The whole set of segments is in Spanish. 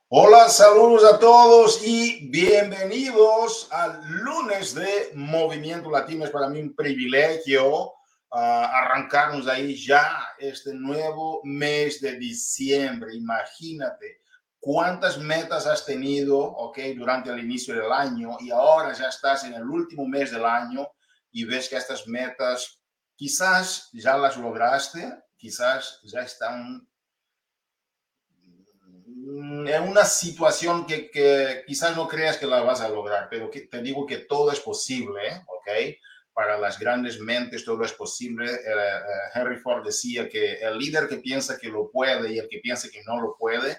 Hola, saludos a todos y bienvenidos al lunes de Movimiento Latino. Es para mí un privilegio arrancarnos ahí ya este nuevo mes de diciembre. Imagínate cuántas metas has tenido, durante el inicio del año, y ahora ya estás en el último mes del año y ves que estas metas quizás ya las lograste, quizás ya están en una situación que quizás no creas que la vas a lograr, pero que te digo que todo es posible, ¿ok? Para las grandes mentes todo es posible. Henry Ford decía que el líder que piensa que lo puede y el que piensa que no lo puede,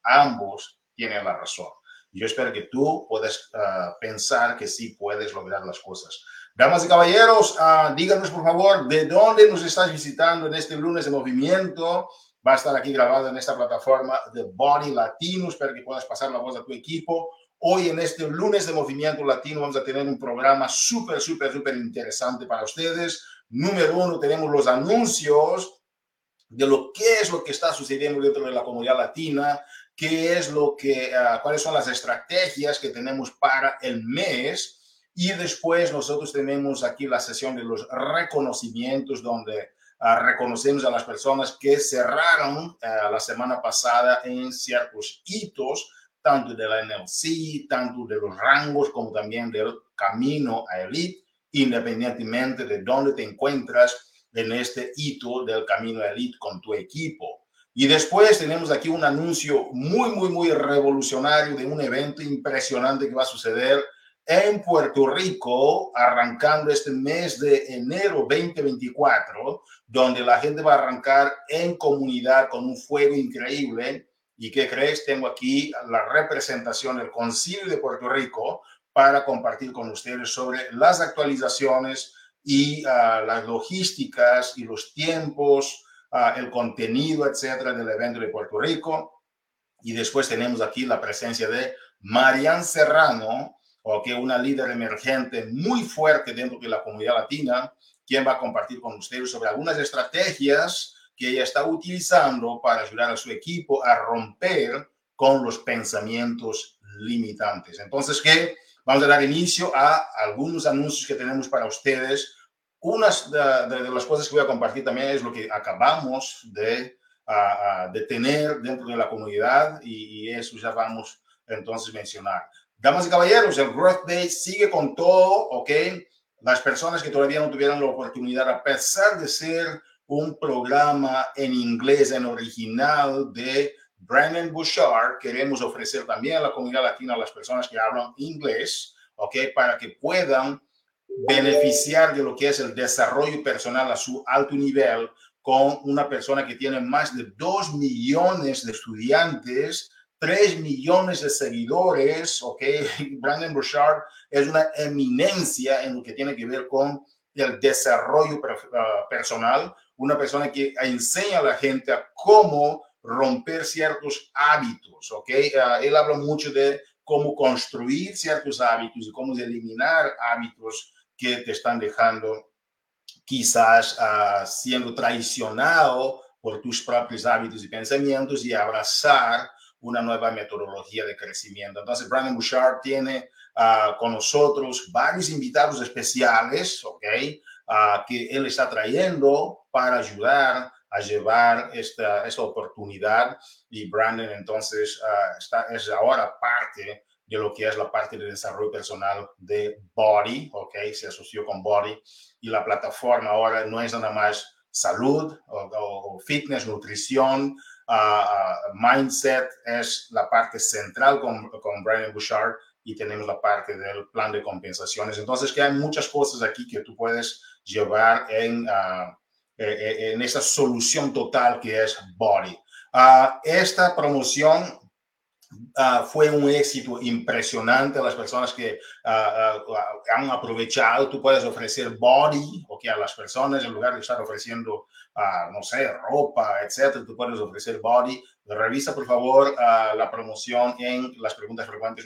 ambos tienen la razón. Yo espero que tú puedas pensar que sí puedes lograr las cosas. Damas y caballeros, díganos por favor de dónde nos estás visitando en este lunes de movimiento. Va a estar aquí grabado en esta plataforma de Body Latino. Espero que puedas pasar la voz a tu equipo. Hoy en este lunes de Movimiento Latino vamos a tener un programa súper interesante para ustedes. Número uno, tenemos los anuncios de lo que es lo que está sucediendo dentro de la comunidad latina, qué es lo que, cuáles son las estrategias que tenemos para el mes. Y después nosotros tenemos aquí la sesión de los reconocimientos, donde reconocemos a las personas que cerraron la semana pasada en ciertos hitos, tanto de la NLC, tanto de los rangos, como también del camino a Elite, independientemente de dónde te encuentras en este hito del camino a Elite con tu equipo. Y después tenemos aquí un anuncio muy revolucionario de un evento impresionante que va a suceder en Puerto Rico, arrancando este mes de enero 2024, donde la gente va a arrancar en comunidad con un fuego increíble. ¿Y qué crees? Tengo aquí la representación del Concilio de Puerto Rico para compartir con ustedes sobre las actualizaciones y las logísticas y los tiempos, el contenido, etcétera, del evento de Puerto Rico. Y después tenemos aquí la presencia de Marian Serrano, una líder emergente muy fuerte dentro de la comunidad latina, quien va a compartir con ustedes sobre algunas estrategias que ella está utilizando para ayudar a su equipo a romper con los pensamientos limitantes. Entonces, ¿qué? Vamos a dar inicio a algunos anuncios que tenemos para ustedes. Unas de las cosas que voy a compartir también es lo que acabamos de tener dentro de la comunidad y eso ya vamos entonces a mencionar. Damas y caballeros, el Growth Day sigue con todo, ¿ok? Las personas que todavía no tuvieron la oportunidad, a pesar de ser un programa en inglés, en original de Brandon Bouchard, queremos ofrecer también a la comunidad latina a las personas que hablan inglés, ¿ok? Para que puedan beneficiar de lo que es el desarrollo personal a su alto nivel con una persona que tiene más de 2 millones de estudiantes, 3 millones de seguidores, ¿ok? Brandon Bouchard es una eminencia en lo que tiene que ver con el desarrollo personal, una persona que enseña a la gente a cómo romper ciertos hábitos, ¿ok? Él habla mucho de cómo construir ciertos hábitos y cómo eliminar hábitos que te están dejando quizás siendo traicionado por tus propios hábitos y pensamientos y abrazar una nueva metodología de crecimiento. Entonces, Brandon Bouchard tiene con nosotros varios invitados especiales, ¿ok? Que él está trayendo para ayudar a llevar esta oportunidad. Y Brandon entonces es ahora parte de lo que es la parte de desarrollo personal de Body, ¿ok? Se asoció con Body y la plataforma ahora no es nada más salud o fitness, nutrición, mindset es la parte central con Brandon Bouchard y tenemos la parte del plan de compensaciones. Entonces, que hay muchas cosas aquí que tú puedes llevar en esta solución total que es Body. Esta promoción fue un éxito impresionante. Las personas que han aprovechado, tú puedes ofrecer Body, a las personas en lugar de estar ofreciendo, no sé, ropa, etcétera. Tú puedes ofrecer Body. Revisa, por favor, la promoción en las preguntas frecuentes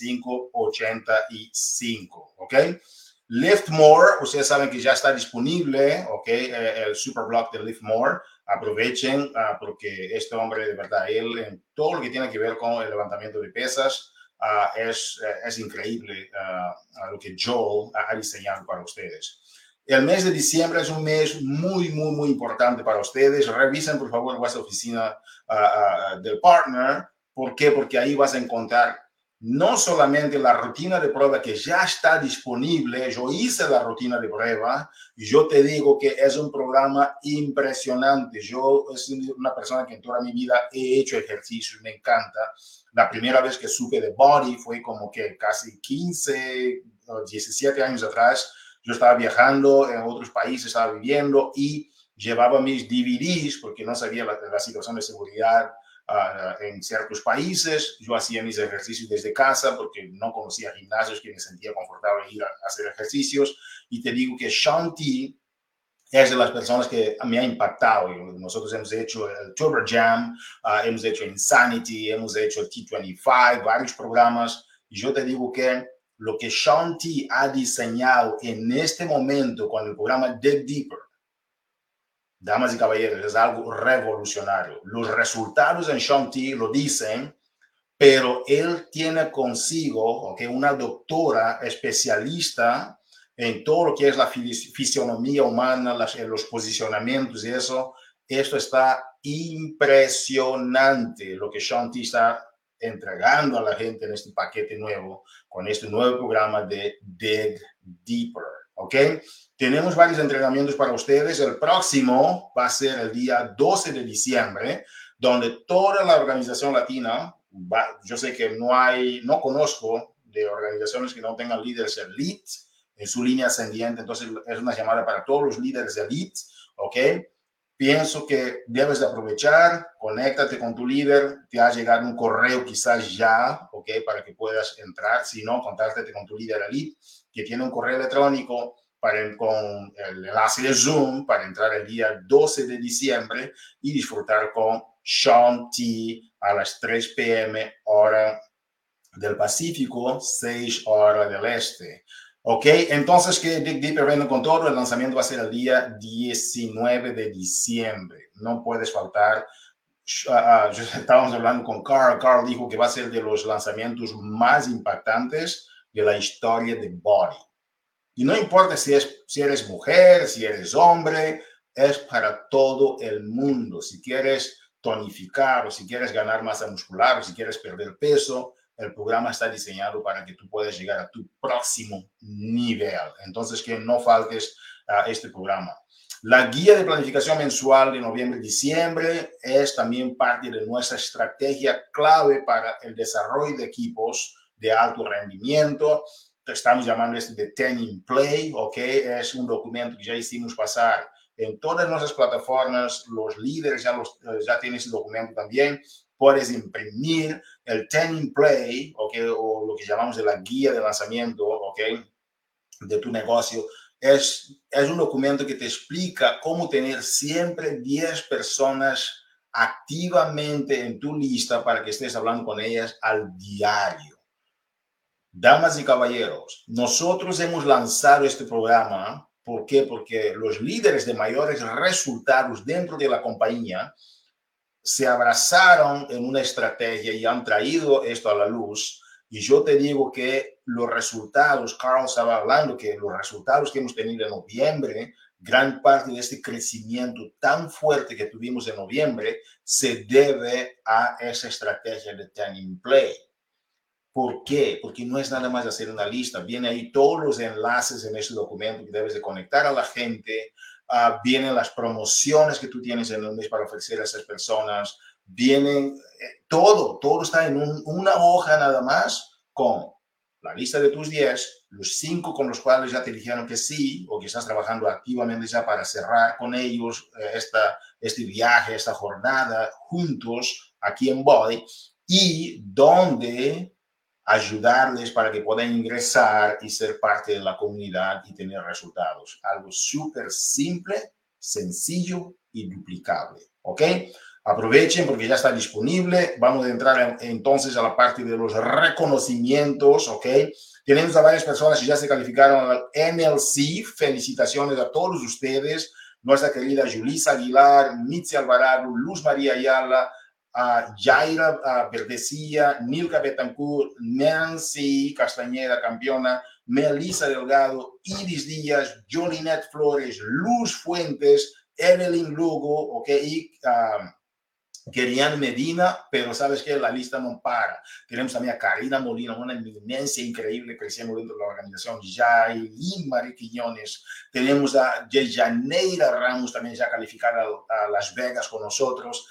9585, ¿ok? Lift More, ustedes saben que ya está disponible, ¿ok? El Superblock de Lift More. aprovechen porque este hombre, de verdad, él en todo lo que tiene que ver con el levantamiento de pesas, es increíble lo que Joel ha diseñado para ustedes. El mes de diciembre es un mes muy, muy, muy importante para ustedes. Revisen, por favor, vuestra oficina del partner. ¿Por qué? Porque ahí vas a encontrar no solamente la rutina de prueba que ya está disponible. Yo hice la rutina de prueba y yo te digo que es un programa impresionante. Yo soy una persona que en toda mi vida he hecho ejercicios, me encanta. La primera vez que supe de Body fue como que casi 15 o 17 años atrás. Yo estaba viajando en otros países, estaba viviendo y llevaba mis DVDs porque no sabía la situación de seguridad en ciertos países. Yo hacía mis ejercicios desde casa porque no conocía gimnasios que me sentía confortable ir a hacer ejercicios. Y te digo que Shaun T es de las personas que me ha impactado. Nosotros hemos hecho el Turbo Jam, hemos hecho Insanity, hemos hecho el T25, varios programas. Y yo te digo que lo que Shaun T ha diseñado en este momento con el programa Dig Deeper, damas y caballeros, es algo revolucionario. Los resultados en Shaun T lo dicen, pero él tiene consigo una doctora especialista en todo lo que es la fisionomía humana, los posicionamientos y eso. Esto está impresionante lo que Shaun T está entregando a la gente en este paquete nuevo, con este nuevo programa de Dig Deeper, ¿ok? Tenemos varios entrenamientos para ustedes. El próximo va a ser el día 12 de diciembre, donde toda la organización latina, yo sé que no conozco de organizaciones que no tengan líderes elite en su línea ascendiente, entonces es una llamada para todos los líderes elite, ¿ok? Pienso que debes de aprovechar, conéctate con tu líder, te ha llegado un correo quizás ya, ¿ok? Para que puedas entrar, si no, contáctate con tu líder elite, que tiene un correo electrónico con el enlace de Zoom para entrar el día 12 de diciembre y disfrutar con Shaun T a las 3 p.m. hora del Pacífico, 6 hora del Este. Ok, entonces que Dig Deeper viene con todo. El lanzamiento va a ser el día 19 de diciembre. No puedes faltar. Estábamos hablando con Carl. Carl dijo que va a ser de los lanzamientos más impactantes de la historia de Body. Y no importa si eres mujer, si eres hombre, es para todo el mundo. Si quieres tonificar o si quieres ganar masa muscular o si quieres perder peso, el programa está diseñado para que tú puedas llegar a tu próximo nivel. Entonces, que no faltes a este programa. La guía de planificación mensual de noviembre-diciembre es también parte de nuestra estrategia clave para el desarrollo de equipos de alto rendimiento. Estamos llamando esto de 10 in Play, ¿ok? Es un documento que ya hicimos pasar en todas nuestras plataformas. Los líderes ya tienen ese documento también. Puedes imprimir el 10 in Play, ¿ok? O lo que llamamos de la guía de lanzamiento, ¿ok? De tu negocio. Es un documento que te explica cómo tener siempre 10 personas activamente en tu lista para que estés hablando con ellas al diario. Damas y caballeros, nosotros hemos lanzado este programa. ¿Por qué? Porque los líderes de mayores resultados dentro de la compañía se abrazaron en una estrategia y han traído esto a la luz. Y yo te digo que los resultados, Carl estaba hablando que los resultados que hemos tenido en noviembre, gran parte de este crecimiento tan fuerte que tuvimos en noviembre se debe a esa estrategia de 10 in Play. ¿Por qué? Porque no es nada más hacer una lista. Viene ahí todos los enlaces en ese documento que debes de conectar a la gente. Vienen las promociones que tú tienes en el mes para ofrecer a esas personas. Vienen todo está en una hoja nada más con la lista de tus 10, los 5 con los cuales ya te dijeron que sí o que estás trabajando activamente ya para cerrar con ellos este viaje, esta jornada juntos aquí en Body y donde ayudarles para que puedan ingresar y ser parte de la comunidad y tener resultados. Algo súper simple, sencillo y duplicable. ¿Ok? Aprovechen porque ya está disponible. Vamos a entrar entonces a la parte de los reconocimientos. ¿Ok? Tenemos a varias personas que ya se calificaron al NLC. Felicitaciones a todos ustedes. nuestra querida Julissa Aguilar, Mitzi Alvarado, Luz María Ayala, Jaira Verdecía, Nilka Betancourt, Nancy Castañeda, campeona, Melissa Delgado, Iris Díaz, Jolinet Flores, Luz Fuentes, Evelyn Lugo, ok, y Kerian Medina, pero sabes que la lista no para. Tenemos también a Karina Molina, una eminencia increíble creciendo dentro de la organización. Jailin Marie Quiñones. Tenemos a Janeira Ramos, también ya calificada a Las Vegas con nosotros.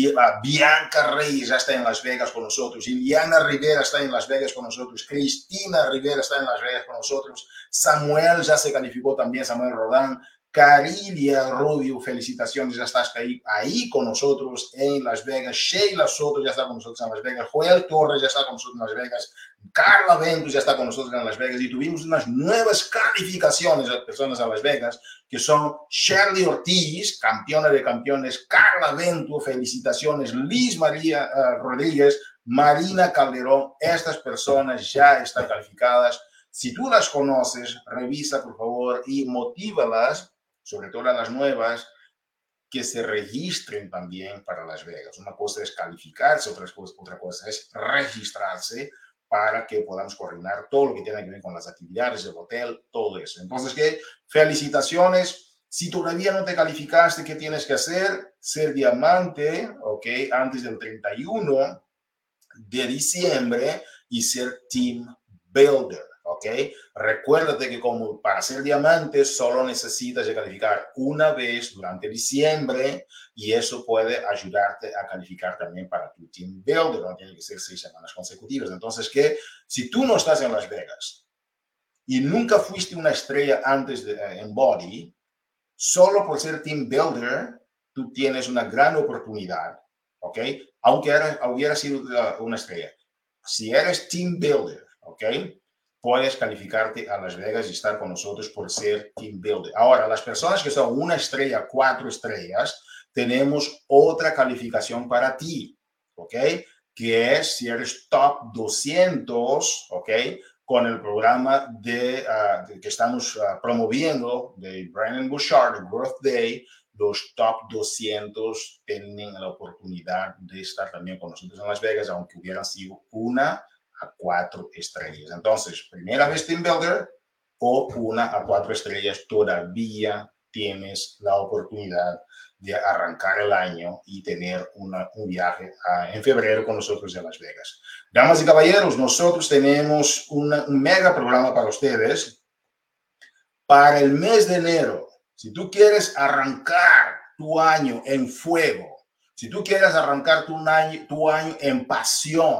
Bianca Reyes ya está en Las Vegas con nosotros. Iliana Rivera está en Las Vegas con nosotros. Cristina Rivera está en Las Vegas con nosotros. Samuel ya se calificó también, Samuel Rodán. Carilia Rubio, felicitaciones, ya estás ahí con nosotros en Las Vegas. Sheila Soto ya está con nosotros en Las Vegas. Joel Torres ya está con nosotros en Las Vegas. Carla Ventus ya está con nosotros en Las Vegas. Y tuvimos unas nuevas calificaciones de personas a Las Vegas, que son Shirley Ortiz, campeona de campeones. Carla Ventus, felicitaciones. Liz María Rodríguez, Marina Calderón. Estas personas ya están calificadas. Si tú las conoces, revisa por favor y motívalas, sobre todo a las nuevas, que se registren también para Las Vegas. Una cosa es calificarse, otra cosa es registrarse para que podamos coordinar todo lo que tiene que ver con las actividades del hotel, todo eso. Entonces, ¿qué? Felicitaciones. Si todavía no te calificaste, ¿qué tienes que hacer? Ser diamante, ¿ok? Antes del 31 de diciembre y ser team builder. ¿Ok? Recuérdate que como para ser diamante solo necesitas de calificar una vez durante diciembre y eso puede ayudarte a calificar también para tu team builder, no tiene que ser 6 semanas consecutivas. Entonces, que si tú no estás en Las Vegas y nunca fuiste una estrella antes en Body, solo por ser team builder, tú tienes una gran oportunidad, ¿ok? Aunque hubiera sido una estrella. Si eres team builder, ¿ok? Puedes calificarte a Las Vegas y estar con nosotros por ser team builder. Ahora, las personas que son 1 estrella, 4 estrellas, tenemos otra calificación para ti, ¿ok? Que es si eres top 200, ¿ok? Con el programa que estamos promoviendo de Brandon Bouchard, de Birthday. Los top 200 tienen la oportunidad de estar también con nosotros en Las Vegas, aunque hubieran sido 1 a 4 estrellas. Entonces, primera vez team builder o 1 a 4 estrellas, todavía tienes la oportunidad de arrancar el año y tener un viaje en febrero con nosotros en Las Vegas. Damas y caballeros, nosotros tenemos un mega programa para ustedes. Para el mes de enero, si tú quieres arrancar tu año en fuego, si tú quieres arrancar tu año en pasión,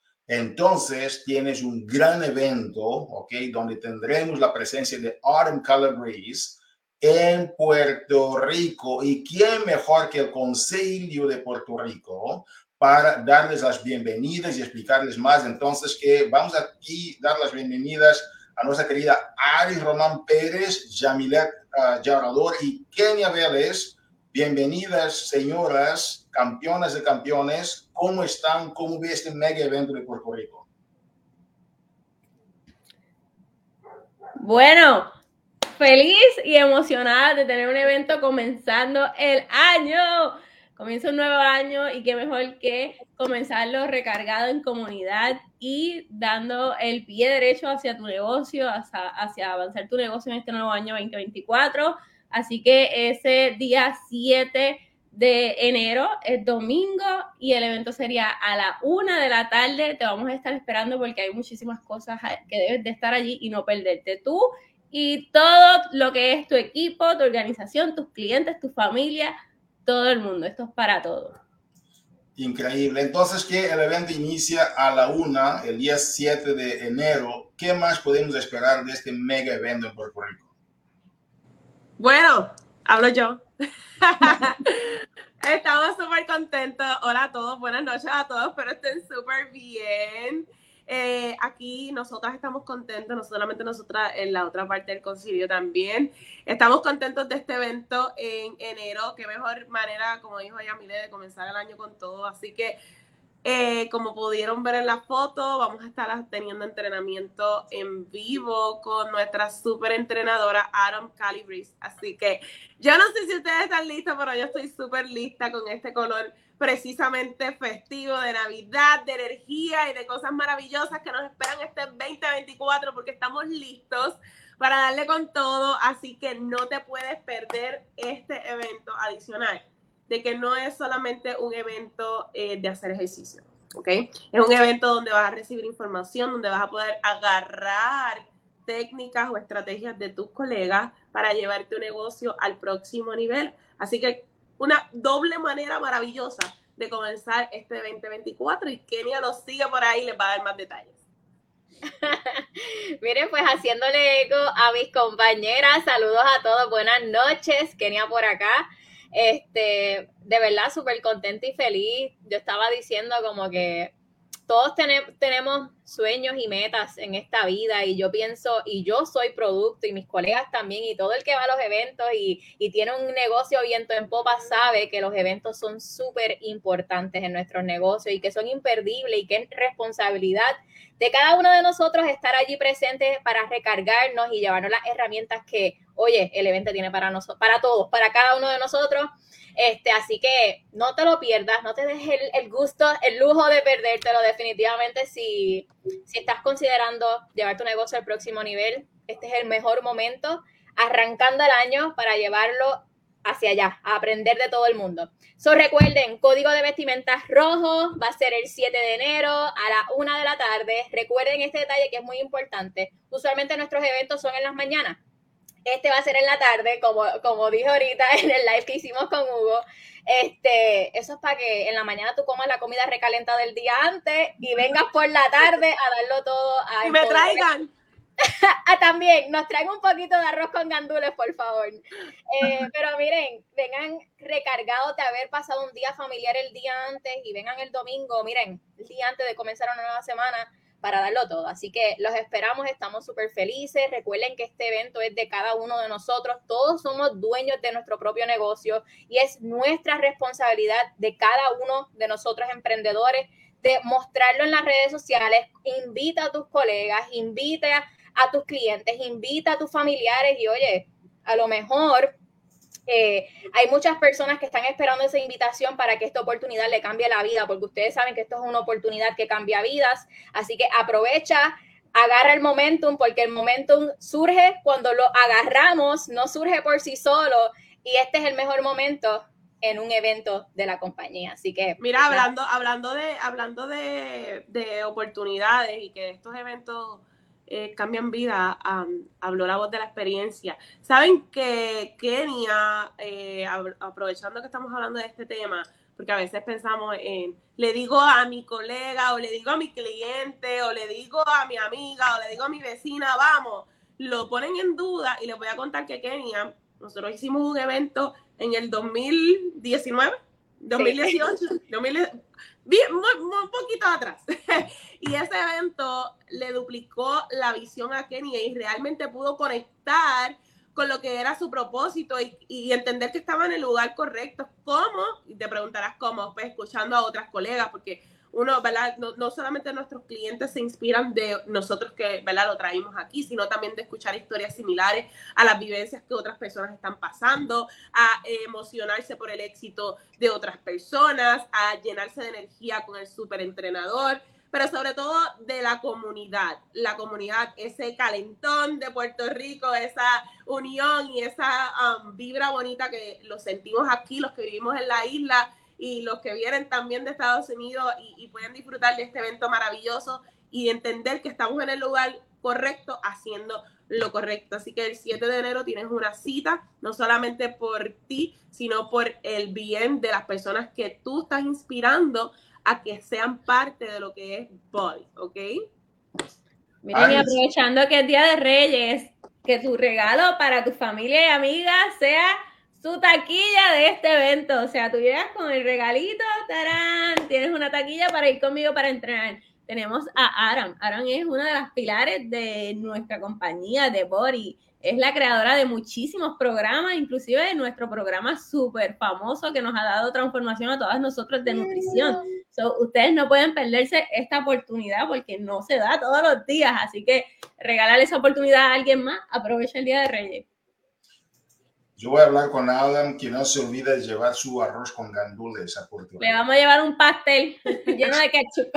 entonces tienes un gran evento, ¿ok? Donde tendremos la presencia de Autumn Color Breeze en Puerto Rico. ¿Y quién mejor que el Concilio de Puerto Rico para darles las bienvenidas y explicarles más? Entonces, que vamos aquí a dar las bienvenidas a nuestra querida Ari Román Pérez, Yamilet Llaurador y Kenia Vélez. Bienvenidas, señoras, campeonas de campeones. ¿Cómo están? ¿Cómo ve este mega evento de Puerto Rico? Bueno, feliz y emocionada de tener un evento comenzando el año. Comienza un nuevo año y qué mejor que comenzarlo recargado en comunidad y dando el pie derecho hacia tu negocio, hacia avanzar tu negocio en este nuevo año 2024. Así que ese día 7 de enero es domingo y el evento sería a la 1 de la tarde. Te vamos a estar esperando porque hay muchísimas cosas que debes de estar allí y no perderte tú y todo lo que es tu equipo, tu organización, tus clientes, tu familia, todo el mundo. Esto es para todos. Increíble. Entonces, que el evento inicia a la 1, el día 7 de enero. ¿Qué más podemos esperar de este mega evento en Puerto Rico? Bueno, hablo yo. Estamos súper contentos. Hola a todos, buenas noches a todos, espero estén súper bien. Aquí nosotras estamos contentos, no solamente nosotras, en la otra parte del concilio también. Estamos contentos de este evento en enero. Qué mejor manera, como dijo Yamile, de comenzar el año con todo. Así que Como pudieron ver en la foto, vamos a estar teniendo entrenamiento en vivo con nuestra súper entrenadora Adam Calabrese. Así que yo no sé si ustedes están listos, pero yo estoy súper lista con este color precisamente festivo de Navidad, de energía y de cosas maravillosas que nos esperan este 2024 porque estamos listos para darle con todo. Así que no te puedes perder este evento adicional, de que no es solamente un evento de hacer ejercicio, ¿ok? Es un evento donde vas a recibir información, donde vas a poder agarrar técnicas o estrategias de tus colegas para llevar tu negocio al próximo nivel. Así que una doble manera maravillosa de comenzar este 2024 y Kenia nos sigue por ahí y les va a dar más detalles. Miren, pues haciéndole eco a mis compañeras, saludos a todos, buenas noches, Kenia por acá. De verdad súper contenta y feliz. Yo estaba diciendo como que todos tenemos sueños y metas en esta vida y yo pienso, y yo soy producto y mis colegas también y todo el que va a los eventos y tiene un negocio viento en popa sabe que los eventos son súper importantes en nuestros negocios y que son imperdibles y que es responsabilidad de cada uno de nosotros estar allí presentes para recargarnos y llevarnos las herramientas que, oye, el evento tiene para nosotros, para todos, para cada uno de nosotros. Así que no te lo pierdas, no te dejes el gusto, el lujo de perdértelo definitivamente si estás considerando llevar tu negocio al próximo nivel. Este es el mejor momento, arrancando el año para llevarlo hacia allá, a aprender de todo el mundo. Recuerden, código de vestimentas rojo, va a ser el 7 de enero a la 1 de la tarde. Recuerden este detalle que es muy importante. Usualmente nuestros eventos son en las mañanas. Este va a ser en la tarde, como dije ahorita en el live que hicimos con Hugo. Eso es para que en la mañana tú comas la comida recalentada del día antes y vengas por la tarde a darlo todo. Y me traigan. También, nos traen un poquito de arroz con gandules, por favor. Pero miren, vengan recargados de haber pasado un día familiar el día antes y vengan el domingo, miren, el día antes de comenzar una nueva semana para darlo todo. Así que los esperamos, estamos súper felices. Recuerden que este evento es de cada uno de nosotros. Todos somos dueños de nuestro propio negocio y es nuestra responsabilidad de cada uno de nosotros emprendedores de mostrarlo en las redes sociales. Invita a tus colegas, invita a tus clientes, invita a tus familiares y oye, a lo mejor hay muchas personas que están esperando esa invitación para que esta oportunidad le cambie la vida, porque ustedes saben que esto es una oportunidad que cambia vidas, así que aprovecha, agarra el momentum, porque el momentum surge cuando lo agarramos, no surge por sí solo, y este es el mejor momento en un evento de la compañía, así que... Mira, hablando de oportunidades y que estos eventos cambian vida, habló la voz de la experiencia. Saben que Kenia, aprovechando que estamos hablando de este tema, porque a veces pensamos en, le digo a mi colega, o le digo a mi cliente, o le digo a mi amiga, o le digo a mi vecina, vamos, lo ponen en duda, y les voy a contar que Kenia, nosotros hicimos un evento en el 2019, 2018, sí. Bien, muy poquito atrás. Y ese evento le duplicó la visión a Kenia y realmente pudo conectar con lo que era su propósito y entender que estaba en el lugar correcto. ¿Cómo? Y te preguntarás cómo, pues escuchando a otras colegas, porque uno, ¿verdad? No solamente nuestros clientes se inspiran de nosotros que, ¿verdad?, lo traímos aquí, sino también de escuchar historias similares a las vivencias que otras personas están pasando, a emocionarse por el éxito de otras personas, a llenarse de energía con el súper entrenador, pero sobre todo de la comunidad, ese calentón de Puerto Rico, esa unión y esa vibra bonita que lo sentimos aquí, los que vivimos en la isla, y los que vienen también de Estados Unidos y pueden disfrutar de este evento maravilloso y entender que estamos en el lugar correcto haciendo lo correcto. Así que el 7 de enero tienes una cita, no solamente por ti, sino por el bien de las personas que tú estás inspirando a que sean parte de lo que es Body, ¿ok? Miren, y aprovechando que es Día de Reyes, que tu regalo para tu familia y amigas sea su taquilla de este evento. O sea, tú llegas con el regalito, ¡tarán! Tienes una taquilla para ir conmigo para entrenar. Tenemos a Aram. Aram es una de las pilares de nuestra compañía de Body. Es la creadora de muchísimos programas, inclusive de nuestro programa súper famoso que nos ha dado transformación a todas nosotros de nutrición. So, ustedes no pueden perderse esta oportunidad porque no se da todos los días. Así que regalarle esa oportunidad a alguien más. Aprovecha el Día de Reyes. Yo voy a hablar con Adam que no se olvide de llevar su arroz con gandules a Puerto Rico. Le vamos a llevar un pastel lleno de ketchup.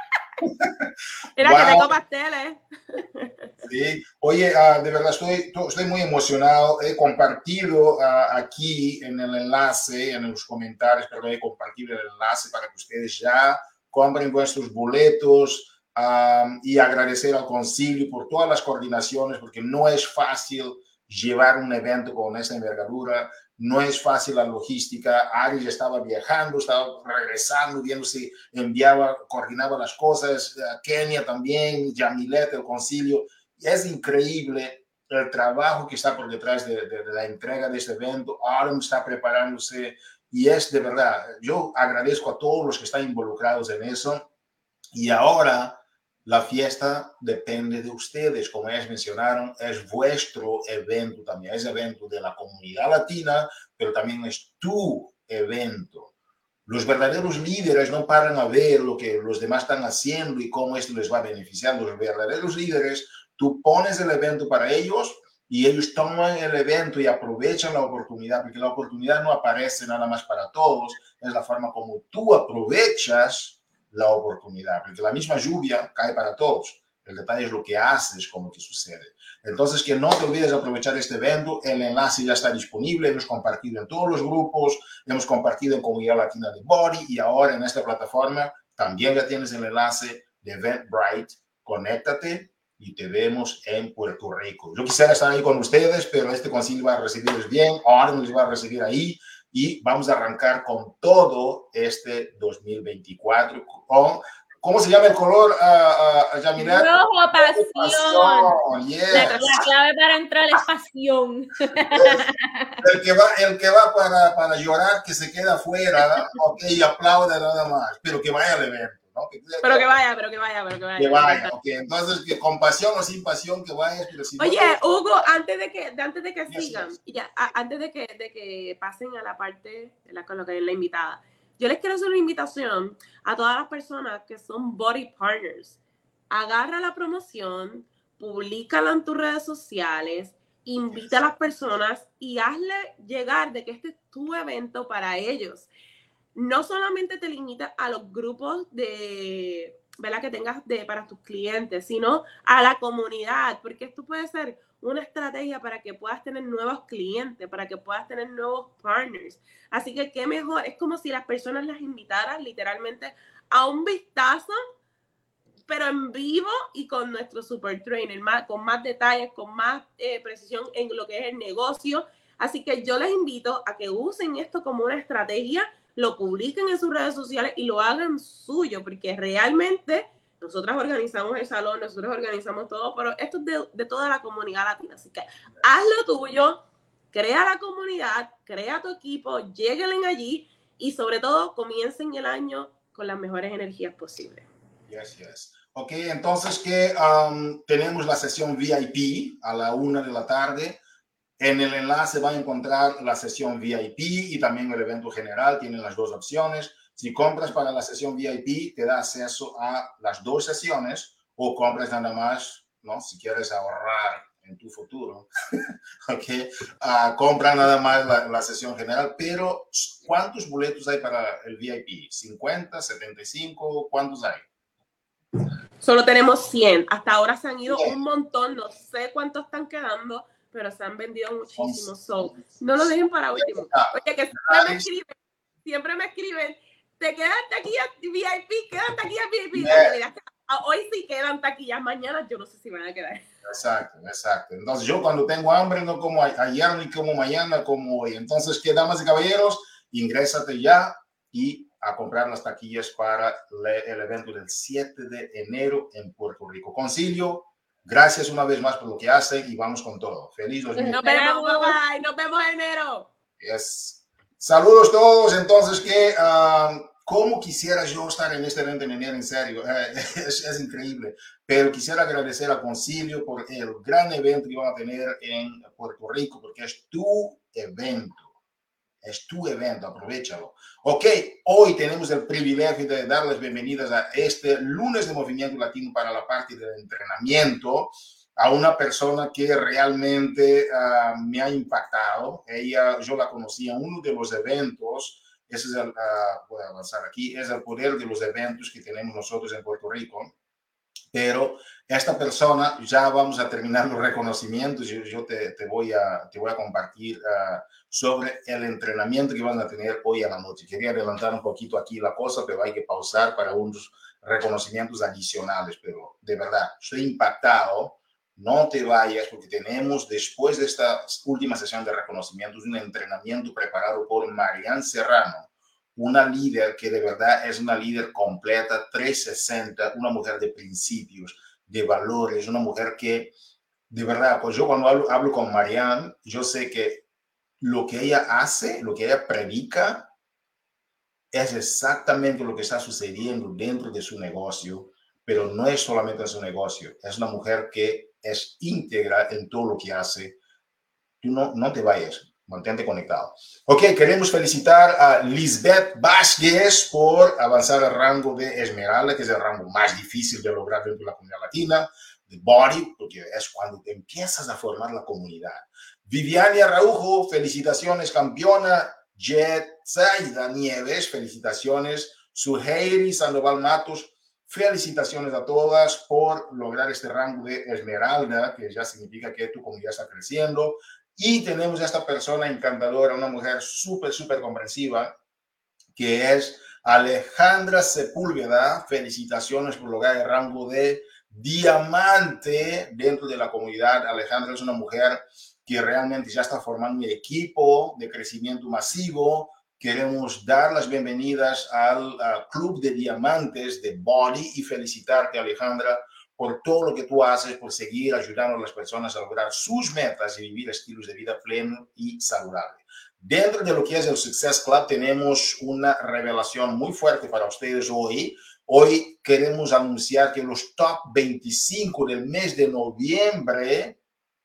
Mira, que tengo pasteles. Sí. Oye, de verdad estoy muy emocionado. He compartido aquí en el enlace, en los comentarios, pero he compartido el enlace para que ustedes ya compren vuestros boletos y agradecer al Concilio por todas las coordinaciones, porque no es fácil llevar un evento con esa envergadura. No es fácil la logística. Aries estaba viajando, estaba regresando, viendo si enviaba, coordinaba las cosas. Kenia también, Yamilet, el Concilio. Y es increíble el trabajo que está por detrás de la entrega de este evento. Adam está preparándose y es de verdad, yo agradezco a todos los que están involucrados en eso. Y ahora la fiesta depende de ustedes, como ellos mencionaron, es vuestro evento también, es evento de la comunidad latina, pero también es tu evento. Los verdaderos líderes no paran a ver lo que los demás están haciendo y cómo esto les va a beneficiar. Los verdaderos líderes, tú pones el evento para ellos y ellos toman el evento y aprovechan la oportunidad, porque la oportunidad no aparece nada más para todos, es la forma como tú aprovechas la oportunidad, porque la misma lluvia cae para todos. El detalle es lo que haces, como que sucede. Entonces, que no te olvides de aprovechar este evento. El enlace ya está disponible. Hemos compartido en todos los grupos, hemos compartido en Comunidad Latina de Body y ahora en esta plataforma también ya tienes el enlace de Eventbrite. Conéctate y te vemos en Puerto Rico. Yo quisiera estar ahí con ustedes, pero este concilio va a recibirles bien. Ahora nos va a recibir ahí. Y vamos a arrancar con todo este 2024 con, ¿cómo se llama el color, Yamilet? Rojo pasión. Yes. La clave para entrar es pasión. El que va para llorar, que se queda afuera, ok, y aplaude nada más, pero que vaya al evento, ¿no? Pero que vaya. Que vaya, ok. Entonces, que con pasión o sin pasión, que vaya. Pero si Oye, no, Hugo, antes de que yes, sigan, yes. ya, antes de que pasen a la parte con lo que es la invitada, yo les quiero hacer una invitación a todas las personas que son body partners. Agarra la promoción, públicala en tus redes sociales, invita a las personas y hazle llegar de que este es tu evento para ellos. No solamente te limita a los grupos de, ¿verdad?, que tengas para tus clientes, sino a la comunidad, porque esto puede ser una estrategia para que puedas tener nuevos clientes, para que puedas tener nuevos partners. Así que qué mejor, es como si las personas las invitaran literalmente a un vistazo, pero en vivo y con nuestro super trainer, con más detalles, con más precisión en lo que es el negocio. Así que yo les invito a que usen esto como una estrategia, lo publiquen en sus redes sociales y lo hagan suyo, porque realmente nosotras organizamos el salón, nosotros organizamos todo, pero esto es de toda la comunidad latina. Así que haz lo tuyo, crea la comunidad, crea tu equipo, lleguen allí y sobre todo comiencen el año con las mejores energías posibles. Yes. Ok, entonces que tenemos la sesión VIP a la 1 de la tarde. En el enlace van a encontrar la sesión VIP y también el evento general. Tienen las dos opciones. Si compras para la sesión VIP, te da acceso a las dos sesiones o compras nada más, ¿no? Si quieres ahorrar en tu futuro, ¿ok? Compra nada más la sesión general. Pero, ¿cuántos boletos hay para el VIP? ¿50, 75? ¿Cuántos hay? Solo tenemos 100. Hasta ahora se han ido un montón. No sé cuántos están quedando, pero se han vendido muchísimos. So, no lo dejen para último. Oye, que siempre me escriben, te quedan taquillas VIP, quedan taquillas VIP. Hoy sí quedan taquillas, mañana yo no sé si van a quedar. Exacto. Entonces yo cuando tengo hambre no como ayer ni como mañana, como hoy. Entonces, ¿qué, damas y caballeros? Ingrésate ya y a comprar las taquillas para el evento del 7 de enero en Puerto Rico. Concilio, gracias una vez más por lo que hacen y vamos con todo. Feliz 2020. Nos vemos, bye. Nos vemos en enero. Yes. Saludos todos. Entonces, ¿cómo quisiera yo estar en este evento en enero? En serio, es increíble. Pero quisiera agradecer a Concilio por el gran evento que van a tener en Puerto Rico, porque es tu evento. Es tu evento, aprovéchalo. Ok, hoy tenemos el privilegio de dar las bienvenidas a este lunes de Movimiento Latino para la parte del entrenamiento a una persona que realmente me ha impactado. Yo la conocí en uno de los eventos. Ese es voy a avanzar aquí, es el poder de los eventos que tenemos nosotros en Puerto Rico. Pero esta persona, ya vamos a terminar los reconocimientos. Yo te voy a compartir sobre el entrenamiento que van a tener hoy a la noche. Quería adelantar un poquito aquí la cosa, pero hay que pausar para unos reconocimientos adicionales. Pero de verdad, estoy impactado. No te vayas porque tenemos, después de esta última sesión de reconocimientos, un entrenamiento preparado por Marian Serrano, una líder que de verdad es una líder completa, 360, una mujer de principios, de valores, una mujer que de verdad, pues yo cuando hablo con Marian, yo sé que lo que ella hace, lo que ella predica, es exactamente lo que está sucediendo dentro de su negocio, pero no es solamente en su negocio, es una mujer que es íntegra en todo lo que hace. Tú no te vayas. Mantente conectado. Ok, queremos felicitar a Lisbeth Vázquez por avanzar al rango de Esmeralda, que es el rango más difícil de lograr dentro de la comunidad latina, de Body, porque es cuando te empiezas a formar la comunidad. Viviane Araujo, felicitaciones, campeona. Jetsaida Nieves, felicitaciones. Suheiri Sandoval Matos, felicitaciones a todas por lograr este rango de Esmeralda, que ya significa que tu comunidad está creciendo. Y tenemos a esta persona encantadora, una mujer súper comprensiva, que es Alejandra Sepúlveda. Felicitaciones por lograr el rango de diamante dentro de la comunidad. Alejandra es una mujer que realmente ya está formando un equipo de crecimiento masivo. Queremos dar las bienvenidas al Club de Diamantes de Body y felicitarte, Alejandra, por todo lo que tú haces, por seguir ayudando a las personas a lograr sus metas y vivir estilos de vida pleno y saludable. Dentro de lo que es el Success Club tenemos una revelación muy fuerte para ustedes hoy. Hoy queremos anunciar que los top 25 del mes de noviembre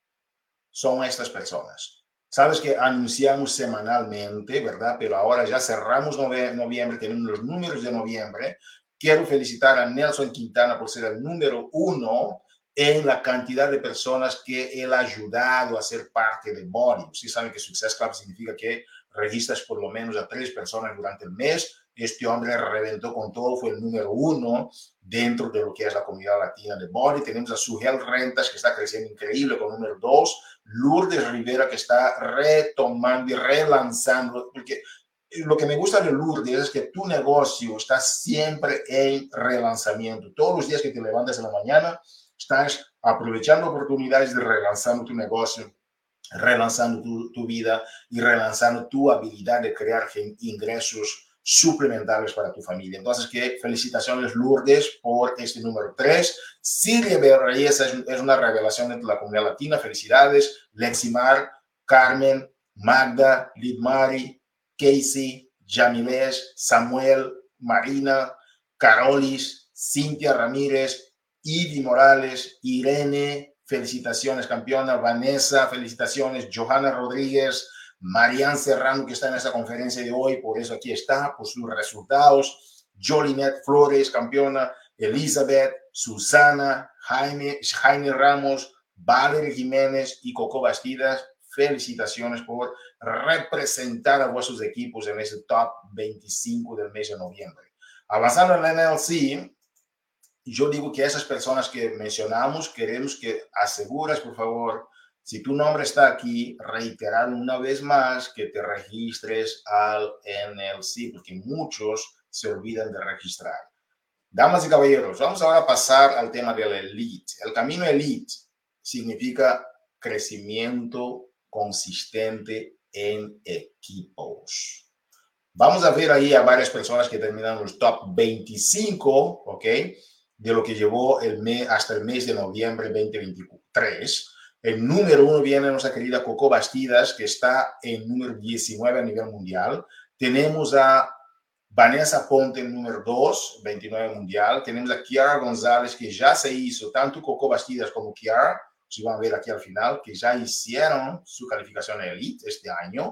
son estas personas. Sabes que anunciamos semanalmente, ¿verdad? Pero ahora ya cerramos noviembre, tenemos los números de noviembre. Quiero felicitar a Nelson Quintana por ser el número 1 en la cantidad de personas que él ha ayudado a ser parte de Body. Ustedes saben que Success Club significa que registras por lo menos a 3 personas durante el mes. Este hombre reventó con todo, fue el número 1 dentro de lo que es la comunidad latina de Body. Tenemos a Sugel Rentas, que está creciendo increíble con número 2. Lourdes Rivera, que está retomando y relanzando, porque lo que me gusta de Lourdes es que tu negocio está siempre en relanzamiento. Todos los días que te levantas en la mañana, estás aprovechando oportunidades de relanzando tu negocio, relanzando tu vida y relanzando tu habilidad de crear ingresos suplementales para tu familia. Entonces, felicitaciones, Lourdes, por este número 3. Silvia Reyes es una revelación dentro de la comunidad latina. Felicidades. Leximar, Carmen, Magda, Lidmari, Casey, Jamiles, Samuel, Marina, Carolis, Cintia Ramírez, Ivy Morales, Irene, felicitaciones, campeona. Vanessa, felicitaciones. Johanna Rodríguez, Marian Serrano, que está en esta conferencia de hoy, por eso aquí está, por sus resultados. Jolinet Flores, campeona. Elizabeth, Susana, Jaime Ramos, Valerie Jiménez y Coco Bastidas. Felicitaciones por representar a vuestros equipos en ese top 25 del mes de noviembre. Avanzando en la NLC, yo digo que esas personas que mencionamos, queremos que asegures, por favor, si tu nombre está aquí, reiterar una vez más que te registres al NLC, porque muchos se olvidan de registrar. Damas y caballeros, vamos ahora a pasar al tema del Elite. El camino Elite significa crecimiento consistente en equipos. Vamos a ver ahí a varias personas que terminan los top 25, ¿ok? De lo que llevó hasta el mes de noviembre 2023. El número 1 viene nuestra querida Coco Bastidas, que está en número 19 a nivel mundial. Tenemos a Vanessa Ponte en número 2, 29 mundial. Tenemos a Kiara González, que ya se hizo, tanto Coco Bastidas como Kiara, si van a ver aquí al final, que ya hicieron su calificación Elite este año.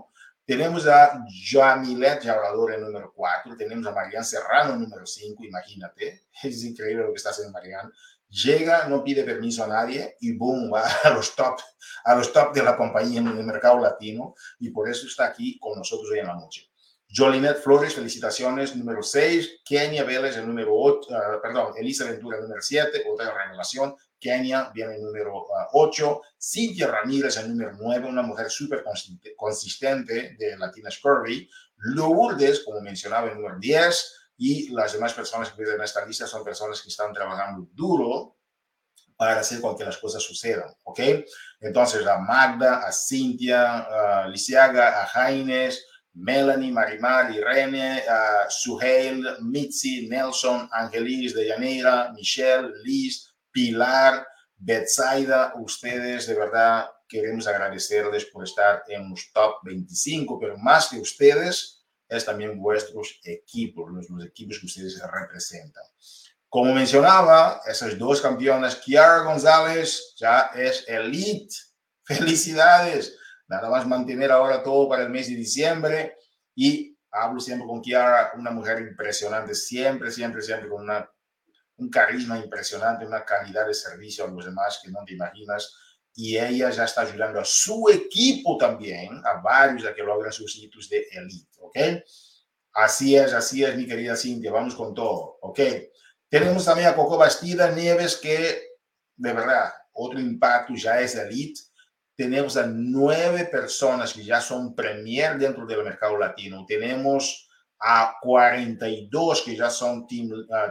Tenemos a Jamilet Llaurador en número 4. Tenemos a Marian Serrano en número 5. Imagínate. Es increíble lo que está haciendo Marian. Llega, no pide permiso a nadie y boom, va a los top de la compañía en el mercado latino. Y por eso está aquí con nosotros hoy en la noche. Jolinet Flores, felicitaciones, número 6. Kenia Vélez, el número 8. Elisa Ventura, el número 7. Otra revelación. Kenia viene en número 8, Cintia Ramírez en número 9, una mujer súper consistente de Latinas Curvy, Lourdes, como mencionaba, en número 10, y las demás personas que vienen en esta lista son personas que están trabajando duro para hacer con que las cosas sucedan, ¿ok? Entonces, a Magda, a Cintia, a Lisiaga, a Jaines, Melanie, Marimar, Irene, Suheil, Mitzi, Nelson, Angelis, Deyanira, Michelle, Liz, Pilar, Betsaida, ustedes de verdad queremos agradecerles por estar en los top 25, pero más que ustedes es también vuestros equipos, los equipos que ustedes representan. Como mencionaba, esas dos campeonas, Kiara González ya es elite. Felicidades. Nada más mantener ahora todo para el mes de diciembre y hablo siempre con Kiara, una mujer impresionante, siempre con un carisma impresionante, una calidad de servicio a los demás que no te imaginas. Y ella ya está ayudando a su equipo también, a varios de que logran sus hitos de elite, ¿ok? Así es, mi querida Cintia, vamos con todo, ¿ok? Tenemos también a Coco Bastida Nieves, que de verdad, otro impacto, ya es elite. Tenemos a 9 personas que ya son premier dentro del mercado latino. Tenemos a 42 que ya son team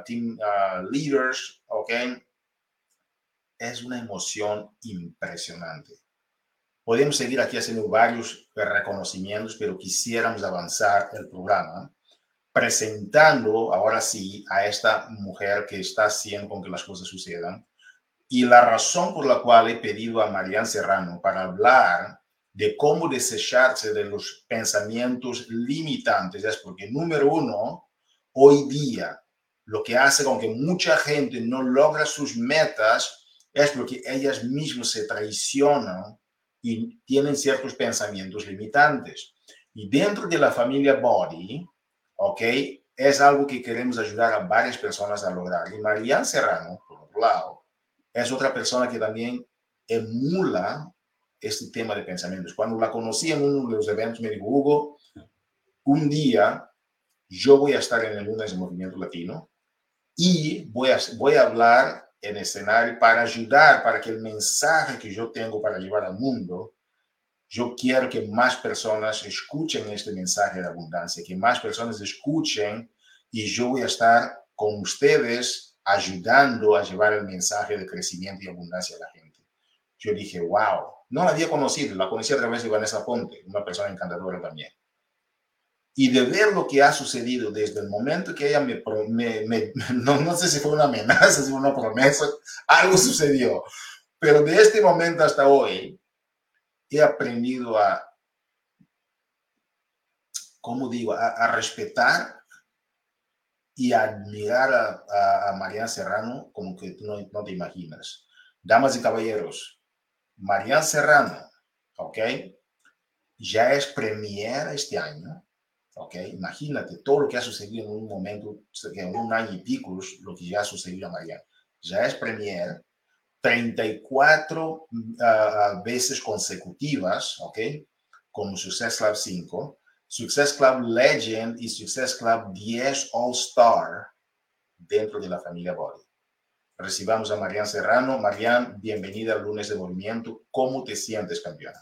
leaders, ¿ok? Es una emoción impresionante. Podemos seguir aquí haciendo varios reconocimientos, pero quisiéramos avanzar el programa presentando ahora sí a esta mujer que está haciendo con que las cosas sucedan. Y la razón por la cual he pedido a Marian Serrano para hablar de cómo desecharse de los pensamientos limitantes es porque, número uno, hoy día lo que hace con que mucha gente no logra sus metas es porque ellas mismas se traicionan y tienen ciertos pensamientos limitantes. Y dentro de la familia Body, ¿ok? Es algo que queremos ayudar a varias personas a lograr. Y Marian Serrano, por otro lado, es otra persona que también emula este tema de pensamientos. Cuando la conocí en uno de los eventos, me dijo, Hugo, un día yo voy a estar en el lunes de Movimiento Latino y voy a hablar en escenario para ayudar, para que el mensaje que yo tengo para llevar al mundo, yo quiero que más personas escuchen este mensaje de abundancia, que más personas escuchen y yo voy a estar con ustedes ayudando a llevar el mensaje de crecimiento y abundancia a la gente. Yo dije, wow, no la había conocido, la conocí a través de Vanessa Ponte, una persona encantadora también. Y de ver lo que ha sucedido desde el momento que ella no sé si fue una amenaza, si fue una promesa, algo sucedió. Pero de este momento hasta hoy, he aprendido a, ¿cómo digo?, a respetar y a admirar a Marian Serrano como que tú no te imaginas. Damas y caballeros, Marian Serrano, ¿ok? Ya es premier este año, ¿ok? Imagínate todo lo que ha sucedido en un momento, en un año y pico, lo que ya ha sucedido a Marian. Ya es premier, 34 veces consecutivas, ¿ok? Como Success Club 5, Success Club Legend y Success Club 10 All Star dentro de la familia Body. Recibamos a Marian Serrano. Marian, bienvenida al lunes de movimiento. ¿Cómo te sientes, campeona?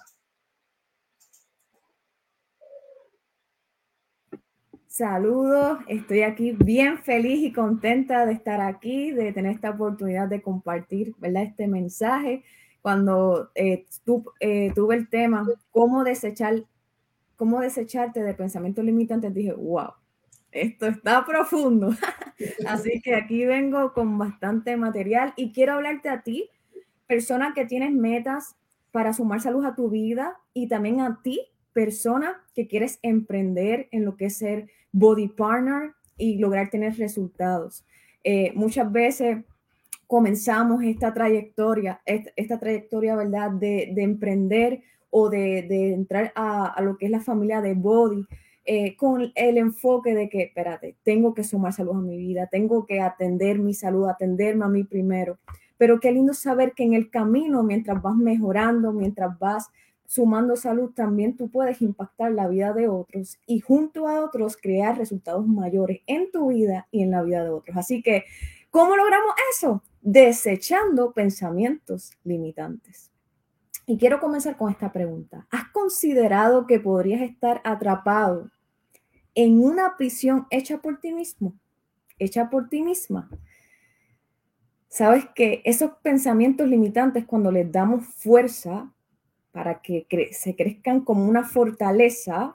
Saludos, estoy aquí bien feliz y contenta de estar aquí, de tener esta oportunidad de compartir, ¿verdad?, este mensaje. Cuando tuve el tema, cómo desecharte de pensamientos limitantes, dije, wow, esto está profundo. Así que aquí vengo con bastante material y quiero hablarte a ti, persona que tienes metas para sumar salud a tu vida, y también a ti, persona que quieres emprender en lo que es ser body partner y lograr tener resultados. Muchas veces comenzamos esta trayectoria, ¿verdad?, de emprender o de entrar a lo que es la familia de Body, con el enfoque de que, espérate, tengo que sumar salud a mi vida, tengo que atender mi salud, atenderme a mí primero. Pero qué lindo saber que en el camino, mientras vas mejorando, mientras vas sumando salud, también tú puedes impactar la vida de otros y junto a otros crear resultados mayores en tu vida y en la vida de otros. Así que, ¿cómo logramos eso? Desechando pensamientos limitantes. Y quiero comenzar con esta pregunta. ¿Has considerado que podrías estar atrapado en una prisión hecha por ti mismo? Hecha por ti misma. Sabes que esos pensamientos limitantes, cuando les damos fuerza para que se crezcan como una fortaleza,